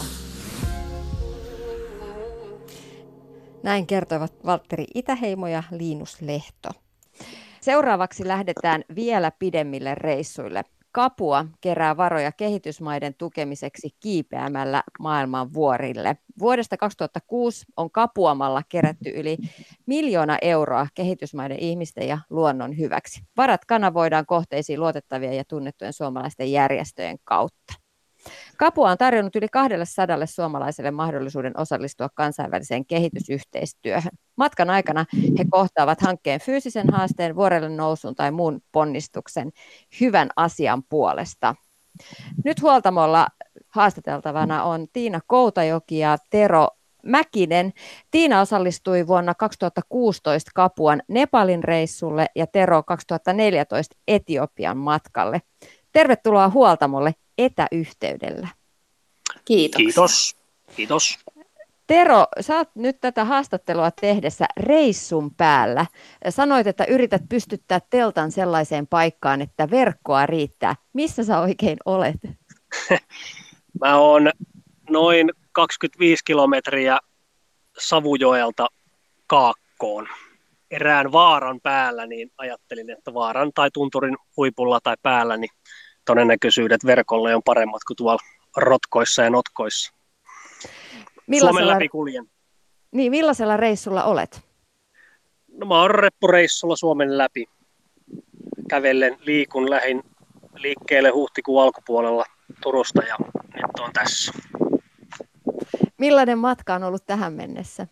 Näin kertoivat Valtteri Itäheimo ja Linus Lehto. Seuraavaksi lähdetään vielä pidemmille reissuille. Capua kerää varoja kehitysmaiden tukemiseksi kiipeämällä maailman vuorille. Vuodesta 2006 on Capuamalla kerätty yli 1 miljoona euroa kehitysmaiden ihmisten ja luonnon hyväksi. Varat kanavoidaan kohteisiin luotettavien ja tunnettujen suomalaisten järjestöjen kautta. Capua on tarjonnut yli 200 suomalaiselle mahdollisuuden osallistua kansainväliseen kehitysyhteistyöhön. Matkan aikana he kohtaavat hankkeen fyysisen haasteen, vuorelle nousun tai muun ponnistuksen hyvän asian puolesta. Nyt huoltamolla haastateltavana on Tiina Koutajoki ja Tero Mäkinen. Tiina osallistui vuonna 2016 Capuan Nepalin reissulle ja Tero 2014 Etiopian matkalle. Tervetuloa huoltamolle etäyhteydellä. Kiitos. Kiitos. Tero, sä oot nyt tätä haastattelua tehdessä reissun päällä. Sanoit, että yrität pystyttää teltan sellaiseen paikkaan, että verkkoa riittää. Missä sä oikein olet? Mä oon noin 25 kilometriä Savujoelta Kaakkoon. Erään vaaran päällä, niin ajattelin, että vaaran tai tunturin huipulla tai päällä, niin todennäköisyydet verkolle on paremmat kuin tuolla rotkoissa ja notkoissa. Suomen läpi kuljen. Niin, millaisella reissulla olet? No mä oon reppureissulla Suomen läpi. Kävellen lähin liikkeelle huhtikuun alkupuolella Turusta ja nyt on tässä. Millainen matka on ollut tähän mennessä?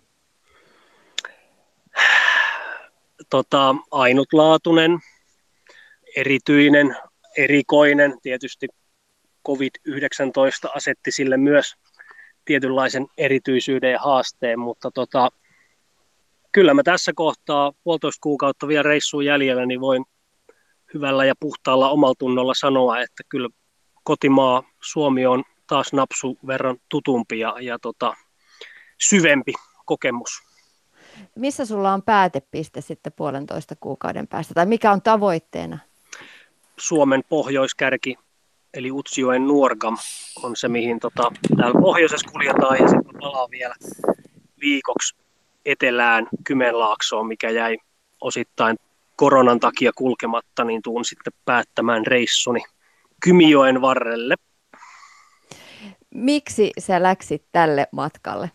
Ainutlaatuinen, erityinen, erikoinen. Tietysti COVID-19 asetti sille myös tietynlaisen erityisyyden ja haasteen, mutta kyllä mä tässä kohtaa 1,5 kuukautta vielä reissuun jäljellä, niin voin hyvällä ja puhtaalla omaltunnolla sanoa, että kyllä kotimaa Suomi on taas napsu verran tutumpi ja syvempi kokemus. Missä sulla on päätepiste sitten 1,5 kuukauden päästä, tai mikä on tavoitteena? Suomen pohjoiskärki, eli Utsjoen Nuorgam, on se, mihin täällä pohjoisessa kuljetaan, ja sitten palaan vielä viikoksi etelään Kymenlaaksoon, mikä jäi osittain koronan takia kulkematta, niin tuun sitten päättämään reissuni Kymijoen varrelle. Miksi sä läksit tälle matkalle?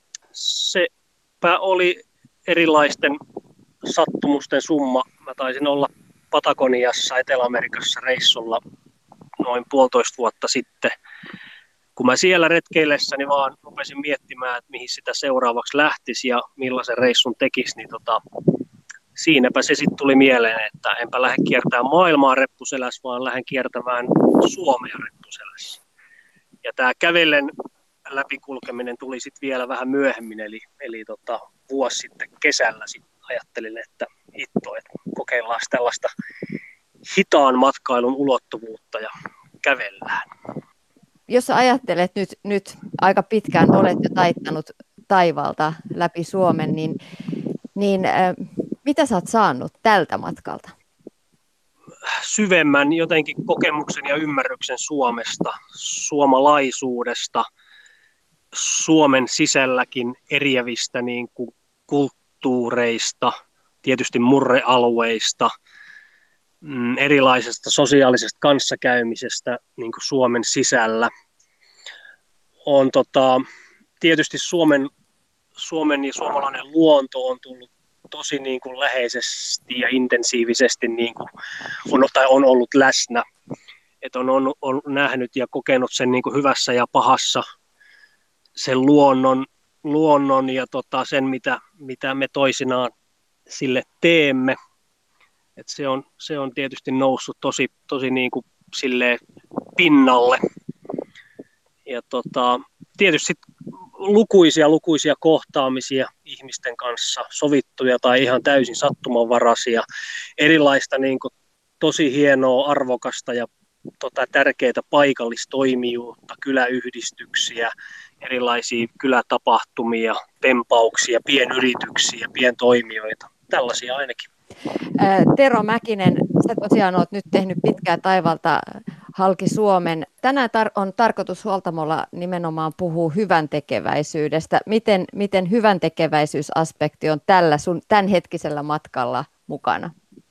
Sepä oli erilaisten sattumusten summa. Mä taisin olla Patagoniassa Etelä-Amerikassa reissulla noin 1,5 vuotta sitten. Kun mä siellä retkeillessäni vaan rupesin miettimään, että mihin sitä seuraavaksi lähtisi ja millaisen reissun tekisi, niin siinäpä se sitten tuli mieleen, että enpä lähde kiertämään maailmaa reppuselässä, vaan lähden kiertämään Suomea reppuselässä. Ja tämä kävellen läpikulkeminen tuli sitten vielä vähän myöhemmin, eli vuosi sitten kesällä sit ajattelin, että kokeillaan tällaista hitaan matkailun ulottuvuutta ja kävellään. Jos sä ajattelet nyt aika pitkään olet jo taittanut taivaalta läpi Suomen, niin mitä sä oot saanut tältä matkalta? Syvemmän jotenkin kokemuksen ja ymmärryksen Suomesta, suomalaisuudesta, Suomen sisälläkin eriävistä niin kuin kulttuureista, tietysti murrealueista, erilaisesta sosiaalisesta kanssakäymisestä niin kuin Suomen sisällä. On tietysti Suomen ja suomalainen luonto on tullut tosi niin kuin läheisesti ja intensiivisesti niin kuin on ollut läsnä. Et on nähnyt ja kokenut sen niin kuin hyvässä ja pahassa, sen luonnon ja sen, mitä me toisinaan sille teemme. Et se on tietysti noussut tosi niin kuin silleen pinnalle. Ja tietysti lukuisia kohtaamisia ihmisten kanssa, sovittuja tai ihan täysin sattumanvaraisia, erilaista niin kuin tosi hienoa, arvokasta ja tärkeää paikallistoimijuutta, kyläyhdistyksiä, erilaisia kylätapahtumia, tempauksia, pienyrityksiä, pientoimijoita, tällaisia ainakin. Tero Mäkinen, sä tosiaan olet nyt tehnyt pitkää taivalta halki Suomen. Tänään on tarkoitus Huoltamolla nimenomaan puhua hyväntekeväisyydestä. Miten hyväntekeväisyysaspekti on tällä sun tämänhetkisellä matkalla mukana?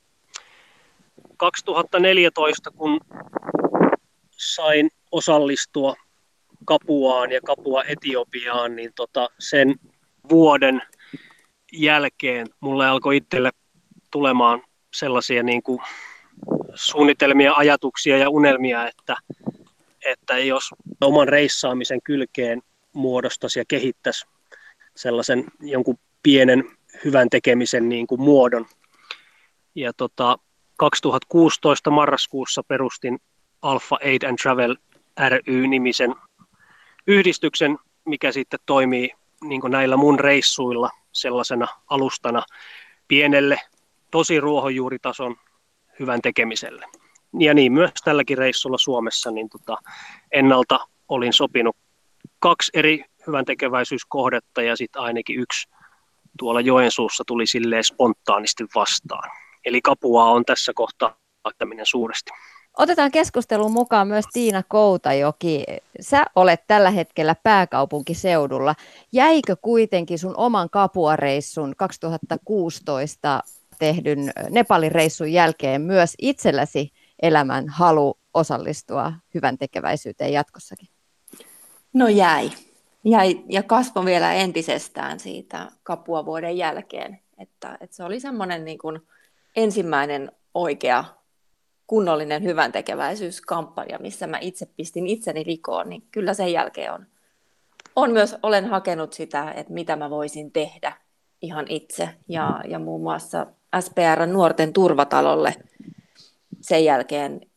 2014, kun sain osallistua Kapuaan ja Kapua Etiopiaan, niin sen vuoden jälkeen mulle alkoi itselle tulemaan sellaisia niin kuin suunnitelmia, ajatuksia ja unelmia, että jos oman reissaamisen kylkeen muodostaisi ja kehittäisi sellaisen jonkun pienen hyvän tekemisen niin kuin muodon. Ja 2016 marraskuussa perustin Alpha Aid and Travel ry-nimisen yhdistyksen, mikä sitten toimii niin kuin näillä mun reissuilla sellaisena alustana pienelle, tosi ruohonjuuritason hyvän tekemiselle. Ja niin myös tälläkin reissulla Suomessa niin ennalta olin sopinut 2 eri hyvän tekeväisyyskohdetta ja sitten ainakin 1 tuolla Joensuussa tuli silleen spontaanisti vastaan. Eli Kapua on tässä kohtaa ajattaminen suuresti. Otetaan keskusteluun mukaan myös Tiina Koutajoki. Sä olet tällä hetkellä pääkaupunkiseudulla. Jäikö kuitenkin sun oman Kapua-reissun 2016 tehdyn Nepalin reissun jälkeen myös itselläsi elämän halu osallistua hyvän tekeväisyyteen jatkossakin? No jäi ja kasvoi vielä entisestään siitä Kapua-vuoden jälkeen. Että se oli semmoinen niin kuin ensimmäinen oikea kunnollinen hyväntekeväisyyskampanja, missä mä itse pistin itseni likoon, niin kyllä sen jälkeen olen hakenut sitä, että mitä mä voisin tehdä ihan itse. Ja muun muassa SPR:n nuorten turvatalolle sen jälkeen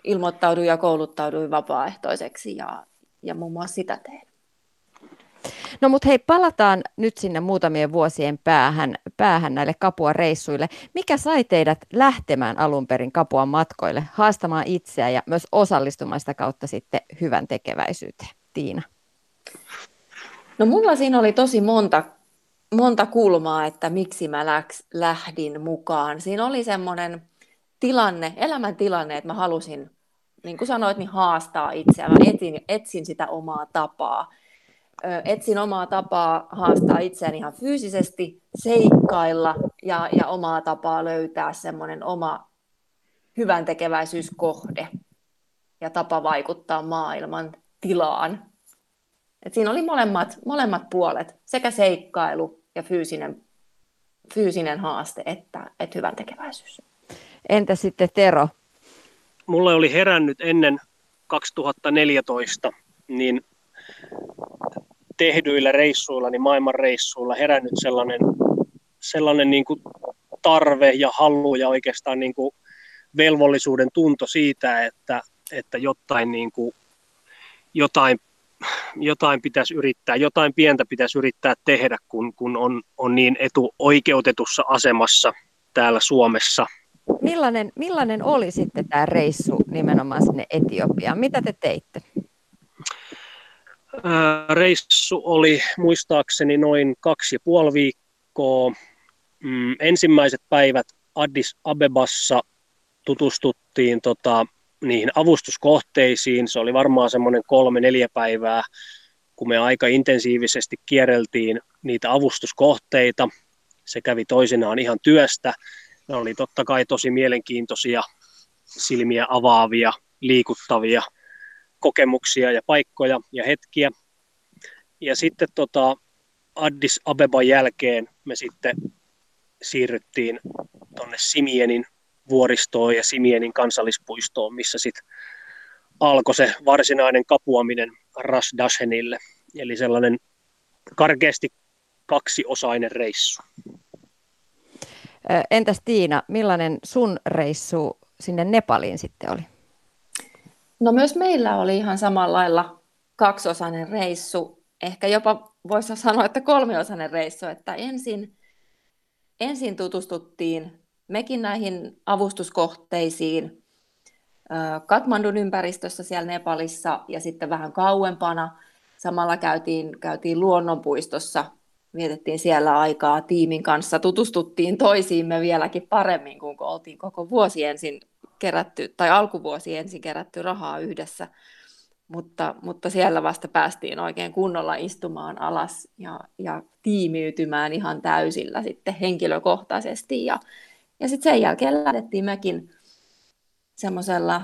ilmoittauduin ja kouluttauduin vapaaehtoiseksi ja muun muassa sitä tein. No mutta hei, palataan nyt sinne muutamien vuosien päähän näille Capua-reissuille. Mikä sai teidät lähtemään alun perin Capuan matkoille, haastamaan itseä ja myös osallistumaan sitä kautta sitten hyvän tekeväisyyteen? Tiina. No mulla siinä oli tosi monta kulmaa, että miksi mä lähdin mukaan. Siinä oli semmoinen elämäntilanne, että mä halusin, niin kuin sanoit, niin haastaa itseä. Mä etsin sitä omaa tapaa. Etsin omaa tapaa haastaa itseäni ihan fyysisesti, seikkailla ja omaa tapaa löytää semmoinen oma hyväntekeväisyyskohde ja tapa vaikuttaa maailman tilaan. Et siinä oli molemmat puolet, sekä seikkailu ja fyysinen haaste että hyväntekeväisyys. Entä sitten Tero? Mulle oli herännyt ennen 2014 niin tehdyillä reissuilla, niin maailman reissuilla herännyt sellainen niin kuin tarve ja halu ja oikeastaan niin kuin velvollisuuden tunto siitä, että jotain pitäisi yrittää, jotain pientä pitäisi yrittää tehdä, kun on niin etuoikeutetussa asemassa täällä Suomessa. Millainen oli sitten tämä reissu nimenomaan sinne Etiopiaan? Mitä te teitte? Reissu oli muistaakseni noin 2,5 viikkoa. Ensimmäiset päivät Addis Abebassa tutustuttiin niihin avustuskohteisiin. Se oli varmaan semmoinen 3-4 päivää, kun me aika intensiivisesti kierreltiin niitä avustuskohteita. Se kävi toisinaan ihan työstä. Ne oli totta kai tosi mielenkiintoisia, silmiä avaavia, liikuttavia kokemuksia ja paikkoja ja hetkiä. Ja sitten Addis Abeban jälkeen me sitten siirryttiin tuonne Simienin vuoristoon ja Simienin kansallispuistoon, missä sitten alkoi se varsinainen kapuaminen Ras Dashenille. Eli sellainen karkeasti 2-osainen reissu. Entäs Tiina, millainen sun reissu sinne Nepaliin sitten oli? No myös meillä oli ihan samalla lailla 2-osainen reissu, ehkä jopa voisi sanoa, että 3-osainen reissu, että ensin tutustuttiin mekin näihin avustuskohteisiin Katmandun ympäristössä siellä Nepalissa ja sitten vähän kauempana. Samalla käytiin luonnonpuistossa, vietettiin siellä aikaa tiimin kanssa, tutustuttiin toisiimme vieläkin paremmin, kun oltiin koko vuosi ensin kerätty, tai alkuvuosi ensin kerätty rahaa yhdessä, mutta siellä vasta päästiin oikein kunnolla istumaan alas ja tiimiytymään ihan täysillä sitten henkilökohtaisesti. Ja sitten sen jälkeen lähdettiin mekin semmoisella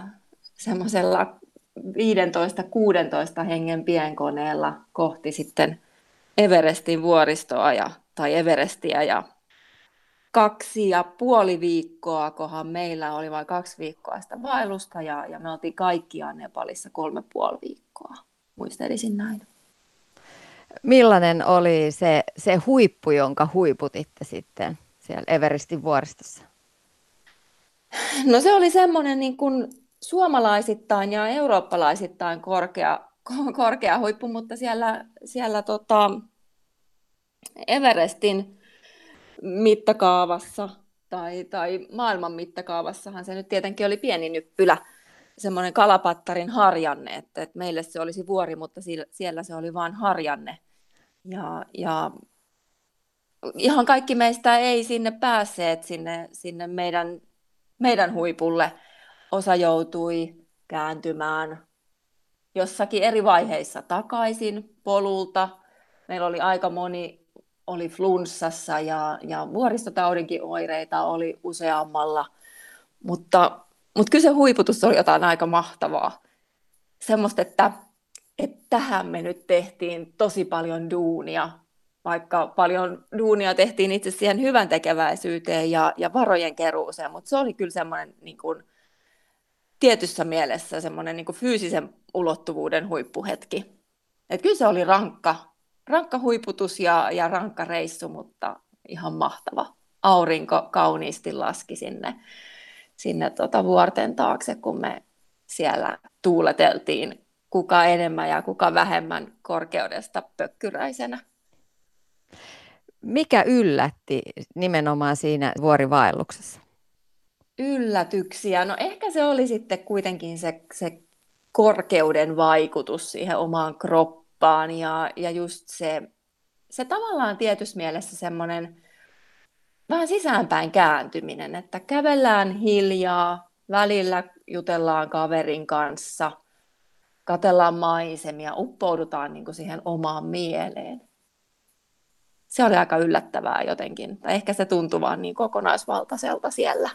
15-16 hengen pienkoneella kohti sitten Everestin vuoristoa tai Everestiä ja 2,5 viikkoa, kohan meillä oli vain 2 viikkoa sitä vaellusta ja me oltiin kaikkiaan Nepalissa 3,5 viikkoa, muistelisin näin. Millainen oli se huippu, jonka huiputitte sitten siellä Everestin vuoristossa? No se oli semmoinen niin kuin suomalaisittain ja eurooppalaisittain korkea huippu, mutta siellä Everestin mittakaavassa tai maailman mittakaavassahan se nyt tietenkin oli pieni nyppylä, semmoinen Kalapattarin harjanne, että meille se olisi vuori, mutta siellä se oli vain harjanne. Ja ihan kaikki meistä ei sinne päässeet sinne meidän huipulle. Osa joutui kääntymään jossakin eri vaiheissa takaisin polulta. Meillä oli aika moni oli flunssassa ja vuoristotaudinkin oireita oli useammalla, mutta kyllä se huiputus oli jotain aika mahtavaa. Semmoista, että tähän me nyt tehtiin tosi paljon duunia, vaikka paljon duunia tehtiin itse siihen hyvän tekeväisyyteen ja varojen keruuseen, mutta se oli kyllä semmoinen niin kuin, tietyssä mielessä semmoinen niin kuin fyysisen ulottuvuuden huippuhetki. Et kyllä se oli rankka huiputus ja rankka reissu, mutta ihan mahtava. Aurinko kauniisti laski sinne vuorten taakse, kun siellä tuuleteltiin kuka enemmän ja kuka vähemmän korkeudesta pökkyräisenä. Mikä yllätti nimenomaan siinä vuorivaelluksessa? Yllätyksiä. No ehkä se oli sitten kuitenkin se korkeuden vaikutus siihen omaan kroppaan ja just se tavallaan tietyssä mielessä semmoinen vähän sisäänpäin kääntyminen, että kävellään hiljaa, välillä jutellaan kaverin kanssa, katsellaan maisemia, uppoudutaan niin kuin siihen omaan mieleen. Se oli aika yllättävää jotenkin, tai ehkä se tuntui vaan niin kokonaisvaltaiselta siellä.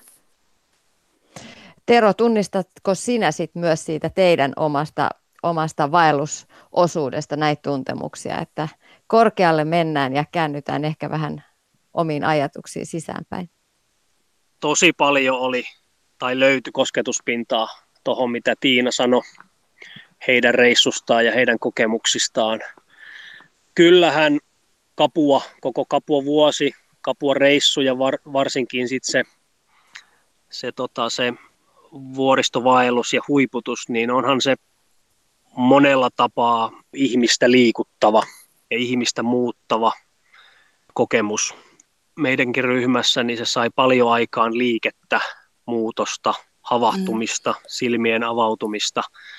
Tero, tunnistatko sinä sit myös siitä teidän omasta vaellusosuudesta näitä tuntemuksia, että korkealle mennään ja käännytään ehkä vähän omiin ajatuksiin sisäänpäin? Tosi paljon oli tai löytyi kosketuspintaa tuohon, mitä Tiina sanoi heidän reissustaan ja heidän kokemuksistaan. Kyllähän koko Kapua vuosi, Kapua reissu ja varsinkin sitten se vuoristovaellus ja huiputus, niin onhan se monella tapaa ihmistä liikuttava ja ihmistä muuttava kokemus. Meidänkin ryhmässä niin se sai paljon aikaan liikettä, muutosta, havahtumista, silmien avautumista.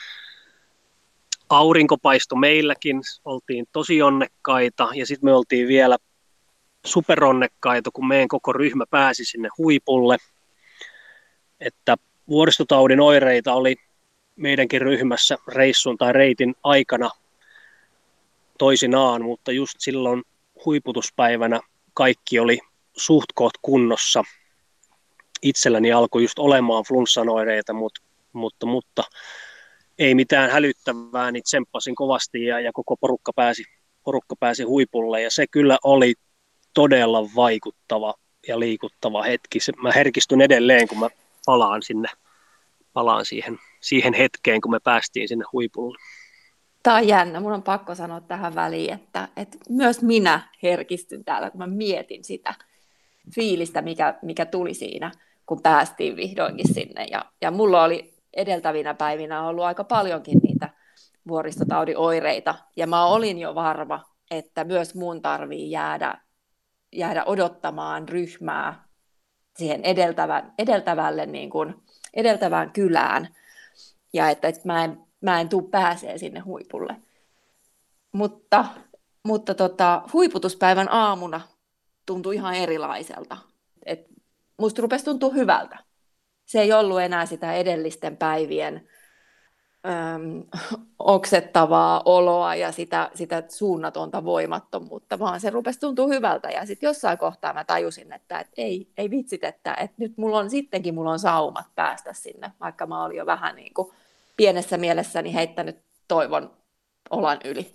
Aurinko paistoi meilläkin, oltiin tosi onnekkaita ja sitten me oltiin vielä superonnekkaita, kun meidän koko ryhmä pääsi sinne huipulle. Että vuoristotaudin oireita oli meidänkin ryhmässä reissun tai reitin aikana toisinaan, mutta just silloin huiputuspäivänä kaikki oli suht koht kunnossa. Itselläni alkoi just olemaan flunssan oireita, mutta ei mitään hälyttävää, niin tsemppasin kovasti ja koko porukka pääsi huipulle ja se kyllä oli todella vaikuttava ja liikuttava hetki. Mä herkistyn edelleen, kun mä palaan siihen hetkeen, kun me päästiin sinne huipulle. Tämä on jännä. Mun on pakko sanoa tähän väliin, että myös minä herkistyn täällä, kun mä mietin sitä fiilistä, mikä tuli siinä, kun päästiin vihdoinkin sinne. Ja mulla oli edeltävinä päivinä ollut aika paljonkin niitä vuoristotaudin oireita. Ja mä olin jo varma, että myös mun tarvii jäädä odottamaan ryhmää siihen edeltävään kylään. Ja että mä en tule pääsee sinne huipulle. Mutta huiputuspäivän aamuna tuntui ihan erilaiselta. Musta rupesi tuntua hyvältä. Se ei ollut enää sitä edellisten päivien oksettavaa oloa ja sitä suunnatonta voimattomuutta, vaan se rupesi tuntua hyvältä. Ja sitten jossain kohtaa mä tajusin, että ei vitsit, että nyt mulla on saumat päästä sinne, vaikka mä olin jo vähän niin kuin pienessä mielessäni heittänyt toivon olan yli.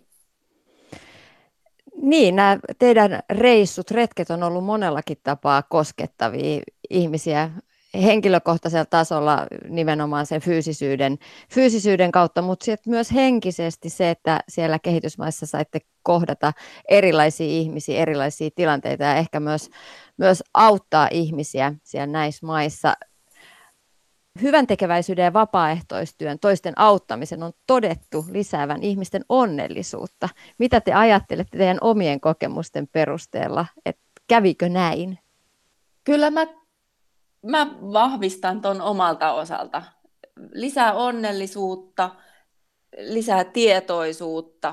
Niin, nämä teidän retket on ollut monellakin tapaa koskettavia ihmisiä henkilökohtaisella tasolla nimenomaan sen fyysisyyden kautta, mutta myös henkisesti se, että siellä kehitysmaissa saitte kohdata erilaisia ihmisiä, erilaisia tilanteita ja ehkä myös auttaa ihmisiä siellä näissä maissa. Hyvän tekeväisyyden ja vapaaehtoistyön, toisten auttamisen on todettu lisäävän ihmisten onnellisuutta. Mitä te ajattelette teidän omien kokemusten perusteella, että kävikö näin? Kyllä mä vahvistan ton omalta osalta. Lisää onnellisuutta, lisää tietoisuutta,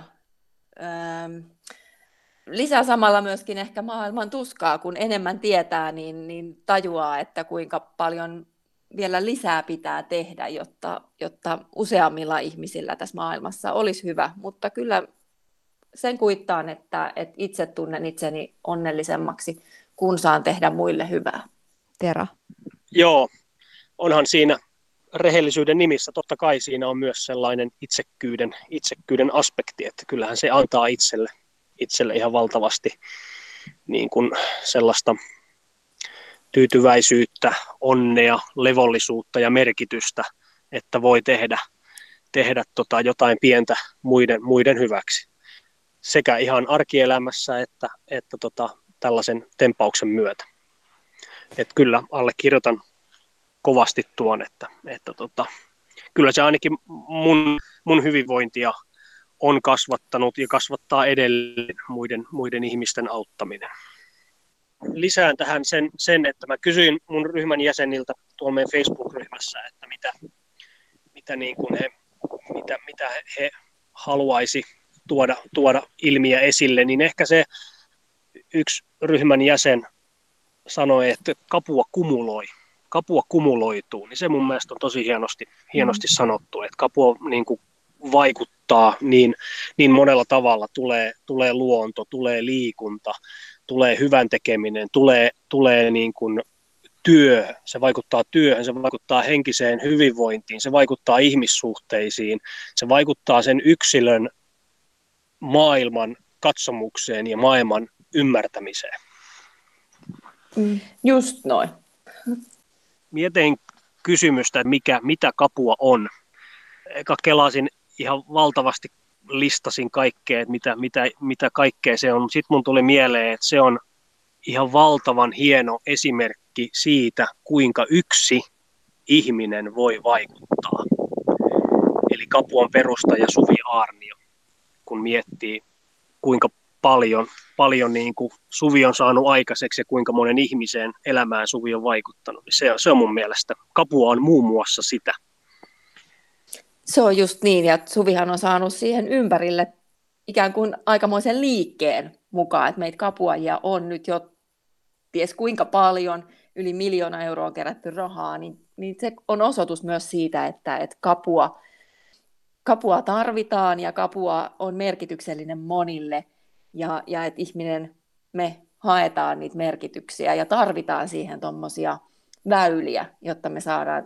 lisää samalla myöskin ehkä maailman tuskaa, kun enemmän tietää, niin tajuaa, että kuinka paljon vielä lisää pitää tehdä, jotta useammilla ihmisillä tässä maailmassa olisi hyvä. Mutta kyllä sen kuittaan, että itse tunnen itseni onnellisemmaksi, kun saan tehdä muille hyvää. Tero. Joo, onhan siinä rehellisyyden nimissä, totta kai siinä on myös sellainen itsekkyyden aspekti, että kyllähän se antaa itselle ihan valtavasti niin kuin sellaista tyytyväisyyttä, onnea, levollisuutta ja merkitystä, että voi tehdä jotain pientä muiden hyväksi. Sekä ihan arkielämässä että tällaisen tempauksen myötä. Että kyllä allekirjoitan kovasti tuon, että kyllä se ainakin mun hyvinvointia on kasvattanut ja kasvattaa edelleen muiden ihmisten auttaminen. Lisään tähän sen, että mä kysyin mun ryhmän jäseniltä tuolla meidän Facebook-ryhmässä, että mitä he haluaisi tuoda ilmiä esille, niin ehkä se yksi ryhmän jäsen sanoi, että kapua kumuloituu, niin se mun mielestä on tosi hienosti sanottu, että kapua niin kuin vaikuttaa niin monella tavalla, tulee luonto, tulee liikunta, tulee hyvän tekeminen, tulee niin kuin työ, se vaikuttaa työhön, se vaikuttaa henkiseen hyvinvointiin, se vaikuttaa ihmissuhteisiin, se vaikuttaa sen yksilön maailman katsomukseen ja maailman ymmärtämiseen. Just noin. Mietin kysymystä, että mitä kapua on. Eka kelasin ihan valtavasti, listasin kaikkea, että mitä kaikkea se on. Sitten mun tuli mieleen, että se on ihan valtavan hieno esimerkki siitä, kuinka yksi ihminen voi vaikuttaa. Eli Kapuan perustaja Suvi Aarnio, kun miettii, kuinka paljon niin kuin Suvi on saanut aikaiseksi ja kuinka monen ihmisen elämään Suvi on vaikuttanut. Se on mun mielestä. Kapua on muun muassa sitä. Se on just niin, ja Suvihan on saanut siihen ympärille ikään kuin aikamoisen liikkeen mukaan, että meitä kapuajia on nyt jo ties kuinka paljon, yli 1 000 000 euroa kerätty rahaa, niin se on osoitus myös siitä, että kapua tarvitaan ja kapua on merkityksellinen monille ja että me haetaan niitä merkityksiä ja tarvitaan siihen tuommoisia väyliä, jotta me saadaan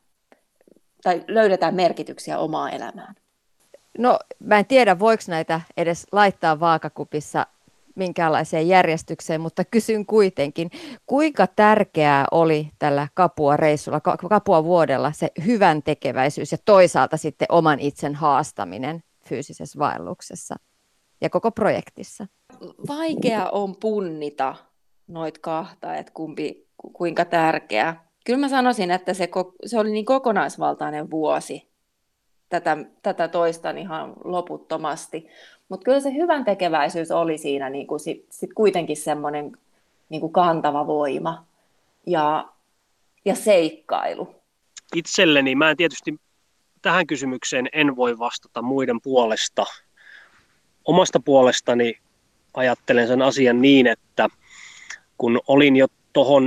tai löydetään merkityksiä omaan elämään. No mä en tiedä, voiko näitä edes laittaa vaakakupissa minkäänlaiseen järjestykseen, mutta kysyn kuitenkin, kuinka tärkeää oli tällä Kapua-reissulla, Kapua-vuodella se hyvän tekeväisyys ja toisaalta sitten oman itsen haastaminen fyysisessä vaelluksessa ja koko projektissa? Vaikea on punnita noita kahta, että kuinka tärkeä. Kyllä mä sanoisin, että se oli niin kokonaisvaltainen vuosi. Tätä toistan ihan loputtomasti. Mutta kyllä se hyvän tekeväisyys oli siinä niin kuin sit kuitenkin semmoinen niin kuin kantava voima ja seikkailu. Itselleni, mä en tietysti tähän kysymykseen en voi vastata muiden puolesta. Omasta puolestani ajattelen sen asian niin, että kun olin jo tuohon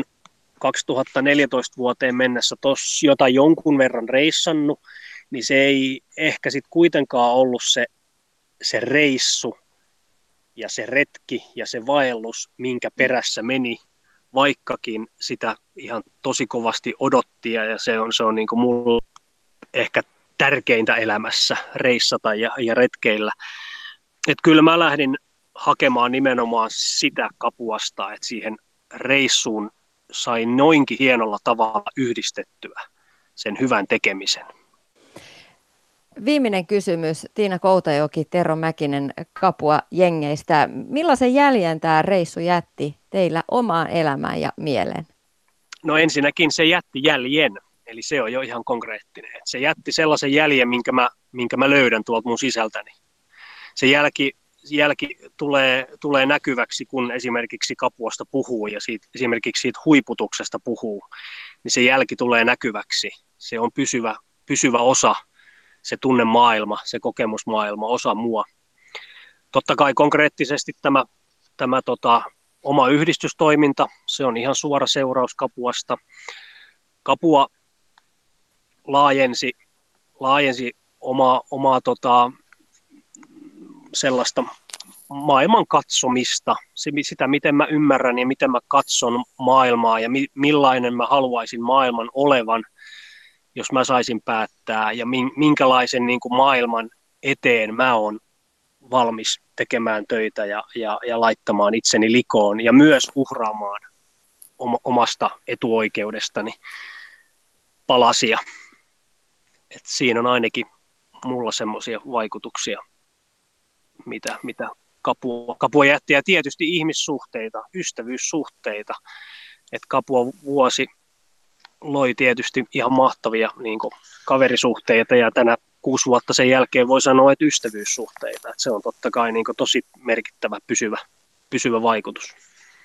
2014 vuoteen mennessä tuossa jonkun verran reissannut, niin se ei ehkä sitten kuitenkaan ollut se reissu ja se retki ja se vaellus, minkä perässä meni, vaikkakin sitä ihan tosi kovasti odotti ja se on niin kuin mulla ehkä tärkeintä elämässä reissata ja retkeillä. Et kyllä mä lähdin hakemaan nimenomaan sitä Kapuasta, että siihen reissuun sai noinkin hienolla tavalla yhdistettyä sen hyvän tekemisen. Viimeinen kysymys, Tiina Koutajoki, Tero Mäkinen Kapua-jengeistä. Millaisen jäljen tämä reissu jätti teillä omaan elämään ja mieleen? No ensinnäkin se jätti jäljen, eli se on jo ihan konkreettinen. Se jätti sellaisen jäljen, minkä mä löydän tuolta mun sisältäni. Se jälki tulee näkyväksi, kun esimerkiksi Kapuasta puhuu ja esimerkiksi siitä huiputuksesta puhuu, niin se jälki tulee näkyväksi. Se on pysyvä osa, se tunnemaailma, se kokemusmaailma, osa mua. Totta kai konkreettisesti tämä oma yhdistystoiminta, se on ihan suora seuraus Kapuasta. Kapua laajensi omaa sellaista maailman katsomista, sitä miten mä ymmärrän ja miten mä katson maailmaa ja millainen mä haluaisin maailman olevan, jos mä saisin päättää ja minkälaisen niin kuin maailman eteen mä oon valmis tekemään töitä ja laittamaan itseni likoon ja myös uhraamaan omasta etuoikeudestani palasia. Et siinä on ainakin mulla semmoisia vaikutuksia, mitä Kapua jätti, ja tietysti ihmissuhteita, ystävyyssuhteita. Et Kapua vuosi loi tietysti ihan mahtavia niin kuin kaverisuhteita ja tänä 6 vuotta sen jälkeen voi sanoa, että ystävyyssuhteita. Että se on totta kai niin kuin tosi merkittävä pysyvä vaikutus.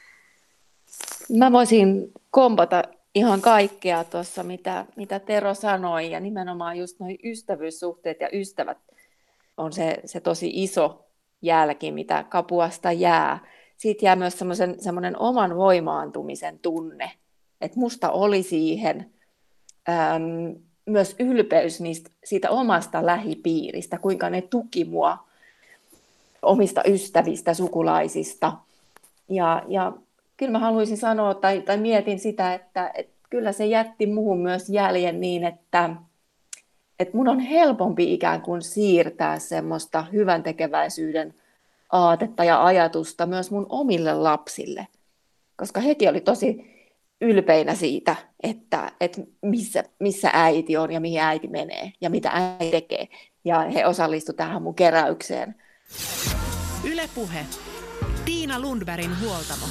Mä voisin kompata ihan kaikkea tuossa, mitä Tero sanoi, ja nimenomaan just nuo ystävyyssuhteet ja ystävät on se tosi iso jälki, mitä Kapuasta jää. Siitä jää myös semmoinen oman voimaantumisen tunne, että musta oli siihen myös ylpeys siitä omasta lähipiiristä, kuinka ne tuki mua omista ystävistä, sukulaisista. Ja kyllä mä haluaisin sanoa, tai mietin sitä, että kyllä se jätti muuhun myös jäljen niin, että mun on helpompi ikään kuin siirtää semmoista hyväntekeväisyyden aatetta ja ajatusta myös mun omille lapsille, koska hekin oli tosi ylpeinä siitä, että missä äiti on ja mihin äiti menee ja mitä äiti tekee. Ja he osallistuivat tähän mun keräykseen. Yle Puhe. Tiina Lundbergin huoltamo.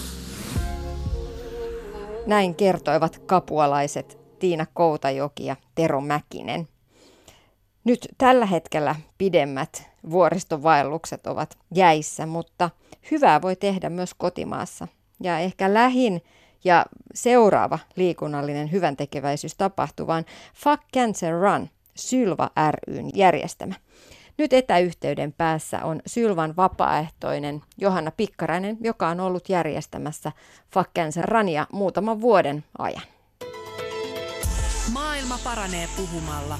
Näin kertoivat kapualaiset Tiina Koutajoki ja Tero Mäkinen. Nyt tällä hetkellä pidemmät vuoristovaellukset ovat jäissä, mutta hyvää voi tehdä myös kotimaassa. Ja ehkä lähin ja seuraava liikunnallinen hyväntekeväisyystapahtuma on Fuck Cancer Run, Sylva ry:n järjestämä. Nyt etäyhteyden päässä on Sylvan vapaaehtoinen Johanna Pikkarainen, joka on ollut järjestämässä Fuck Cancer Runia muutaman vuoden ajan. Maailma paranee puhumalla.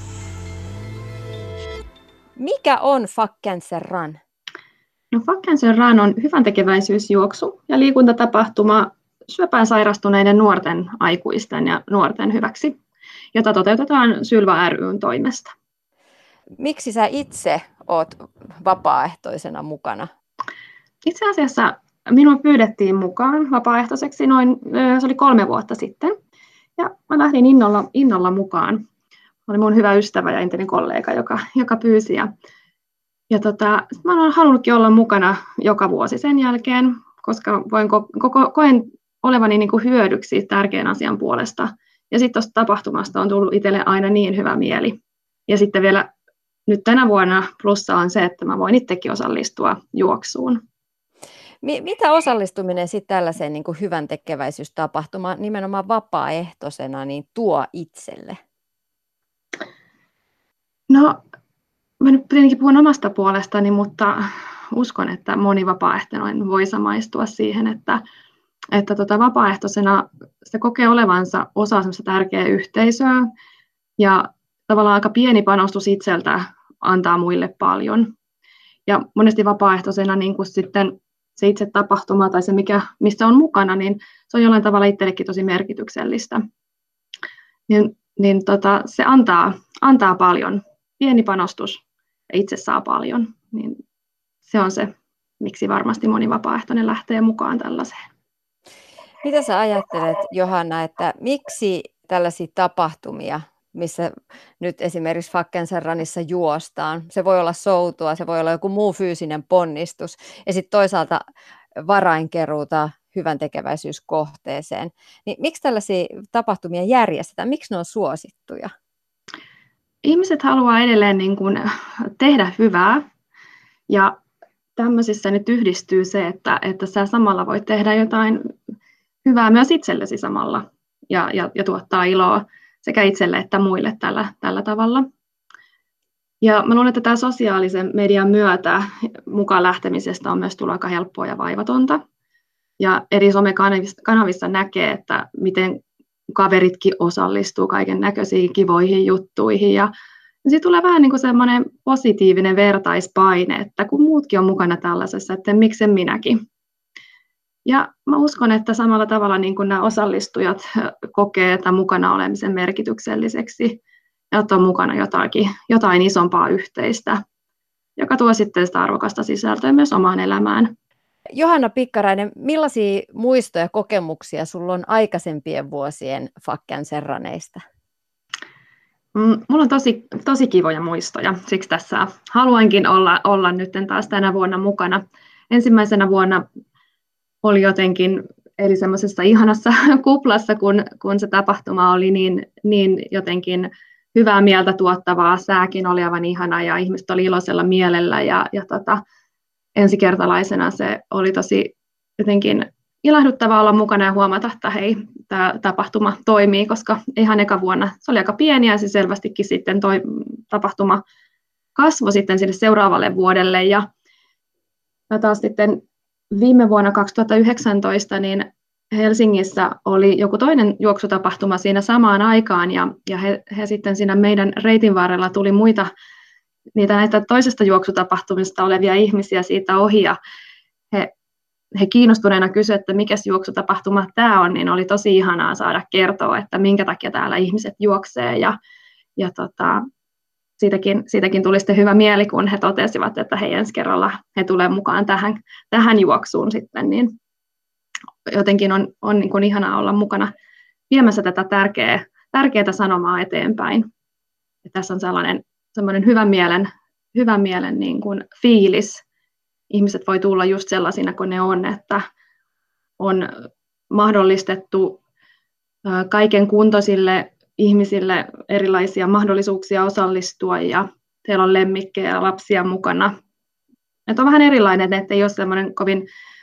Mikä on Fuck Cancer Run? No, Fuck Cancer Run on hyväntekeväisyysjuoksu ja liikuntatapahtuma syöpään sairastuneiden nuorten aikuisten ja nuorten hyväksi, jota toteutetaan Sylva ry:n toimesta. Miksi sä itse oot vapaaehtoisena mukana? Itse asiassa minua pyydettiin mukaan vapaaehtoiseksi se oli 3 vuotta sitten. Ja mä lähdin innolla mukaan. Oli mun hyvä ystävä ja entinen kollega, joka pyysi. Ja mä olen halunnutkin olla mukana joka vuosi sen jälkeen, koska koen olevani niin kuin hyödyksi tärkeän asian puolesta. Ja sitten tuosta tapahtumasta on tullut itselle aina niin hyvä mieli. Ja sitten vielä nyt tänä vuonna plussa on se, että mä voin itsekin osallistua juoksuun. Mitä osallistuminen sitten tällaiseen niin kuin hyvän tekeväisyystapahtumaan nimenomaan vapaaehtoisena niin tuo itselle? No, mä nyt tietenkin puhun omasta puolestani, mutta uskon, että moni vapaaehtoinen voi samaistua siihen, että vapaaehtoisena se kokee olevansa osa semmoista tärkeää yhteisöä ja tavallaan aika pieni panostus itseltä antaa muille paljon. Ja monesti vapaaehtoisena niin kuin sitten se itse tapahtuma tai se, mistä on mukana, niin se on jollain tavalla itsellekin tosi merkityksellistä. Se antaa paljon. Pieni panostus ja itse saa paljon. Niin se on se, miksi varmasti moni vapaaehtoinen lähtee mukaan tällaiseen. Mitä sä ajattelet, Johanna, että miksi tällaisia tapahtumia, missä nyt esimerkiksi Fuck Cancer Runissa juostaan, se voi olla soutua, se voi olla joku muu fyysinen ponnistus, ja sitten toisaalta varainkeruuta hyväntekeväisyyskohteeseen, niin miksi tällaisia tapahtumia järjestetään, miksi ne on suosittuja? Ihmiset haluaa edelleen niin kuin tehdä hyvää, ja tämmöisissä nyt yhdistyy se, että sä samalla voit tehdä jotain hyvää myös itsellesi samalla, ja tuottaa iloa sekä itselle että muille tällä tavalla. Ja mä luulen, että tämä sosiaalisen median myötä mukaan lähtemisestä on myös tullut aika helppoa ja vaivatonta. Ja eri somekanavissa näkee, että miten kaveritkin osallistuu kaiken näköisiin kivoihin juttuihin. Ja siitä tulee vähän niin kuin semmoinen positiivinen vertaispaine, että kun muutkin on mukana tällaisessa, että miksi minäkin. Ja mä uskon, että samalla tavalla niin kuin nämä osallistujat kokee tämän mukana olemisen merkitykselliseksi ja ottaa mukana jotain isompaa yhteistä, joka tuo sitten sitä arvokasta sisältöä myös omaan elämään. Johanna Pikkarainen, millaisia muistoja ja kokemuksia sulla on aikaisempien vuosien Fuck Cancer Runeista? Mulla on tosi kivoja muistoja, siksi tässä haluankin olla nyt taas tänä vuonna mukana. Ensimmäisenä vuonna oli jotenkin eli semmoisessa ihanassa kuplassa, kun se tapahtuma oli niin jotenkin hyvää mieltä tuottavaa, sääkin oli aivan ihana ja ihmiset oli iloisella mielellä ja ensikertalaisena se oli tosi jotenkin ilahduttavaa olla mukana ja huomata, että hei, tämä tapahtuma toimii, koska ihan eka vuonna se oli aika pieni ja se selvästikin sitten tapahtuma kasvoi sitten sille seuraavalle vuodelle ja taas sitten viime vuonna 2019 niin Helsingissä oli joku toinen juoksutapahtuma siinä samaan aikaan ja he sitten siinä meidän reitin varrella tuli muita näitä toisesta juoksutapahtumista olevia ihmisiä siitä ohi ja he kiinnostuneena kysyivät, että mikä juoksutapahtuma tämä on, niin oli tosi ihanaa saada kertoa, että minkä takia täällä ihmiset juoksee ja siitäkin tuli sitten hyvä mieli, kun he totesivat, että hei, ensi kerralla he tulevat mukaan tähän juoksuun sitten, niin jotenkin on niin kuin ihanaa olla mukana viemässä tätä tärkeää sanomaa eteenpäin. Ja tässä on sellainen hyvän mielen niin kuin fiilis. Ihmiset voi tulla just sellaisina kuin ne on, että on mahdollistettu kaiken kuntoisille ihmisille erilaisia mahdollisuuksia osallistua ja teillä on lemmikkejä ja lapsia mukana. Et on vähän erilainen, että ei ole semmoinen kovin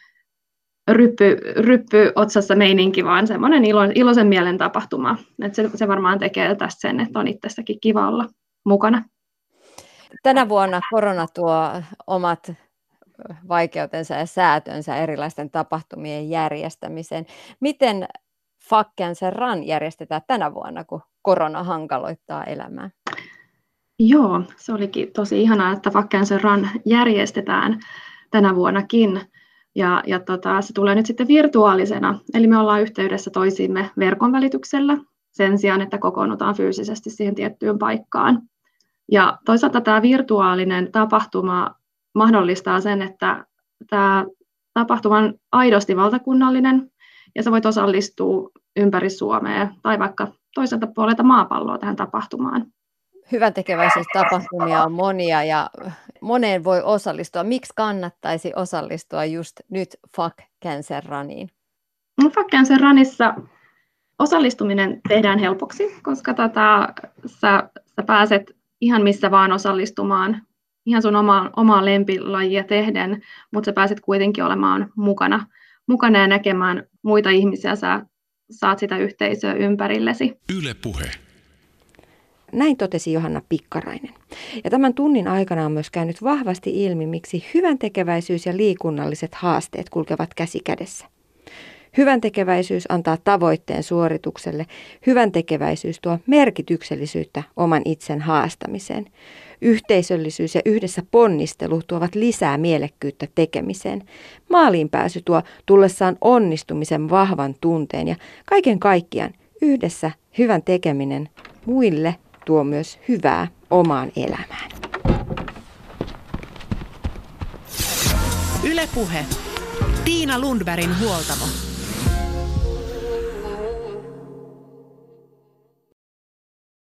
ryppy otsassa meininki, vaan semmoinen iloisen mielen tapahtuma. Et se varmaan tekee tästä sen, että on itsessäkin kiva olla mukana. Tänä vuonna korona tuo omat vaikeutensa ja säätönsä erilaisten tapahtumien järjestämiseen. Miten Fuck Cancer Run järjestetään tänä vuonna, kun korona hankaloittaa elämää? Joo, se olikin tosi ihanaa, että Fuck Cancer Run järjestetään tänä vuonnakin. Ja se tulee nyt sitten virtuaalisena, eli me ollaan yhteydessä toisiimme verkon välityksellä sen sijaan, että kokoonnutaan fyysisesti siihen tiettyyn paikkaan. Ja toisaalta tämä virtuaalinen tapahtuma mahdollistaa sen, että tämä tapahtuma on aidosti valtakunnallinen, ja sä voit osallistua ympäri Suomea tai vaikka toiselta puolelta maapalloa tähän tapahtumaan. Hyväntekeväisyystapahtumia on monia ja moneen voi osallistua. Miksi kannattaisi osallistua just nyt Fuck Cancer Runiin? Fuck Cancer Runissa osallistuminen tehdään helpoksi, koska sä pääset ihan missä vaan osallistumaan, ihan sun omaa lempilajia tehden, mutta sä pääset kuitenkin olemaan mukana ja näkemään muita ihmisiä, sä saat sitä yhteisöä ympärillesi. Yle Puhe. Näin totesi Johanna Pikkarainen. Ja tämän tunnin aikana on myös käynyt vahvasti ilmi, miksi hyväntekeväisyys ja liikunnalliset haasteet kulkevat käsi kädessä. Hyväntekeväisyys antaa tavoitteen suoritukselle. Hyväntekeväisyys tuo merkityksellisyyttä oman itsen haastamiseen. Yhteisöllisyys ja yhdessä ponnistelu tuovat lisää mielekkyyttä tekemiseen. Maaliin pääsy tuo tullessaan onnistumisen vahvan tunteen ja kaiken kaikkiaan yhdessä hyvän tekeminen muille tuo myös hyvää omaan elämään. Yle Puhe. Tiina Lundbergin huoltamo.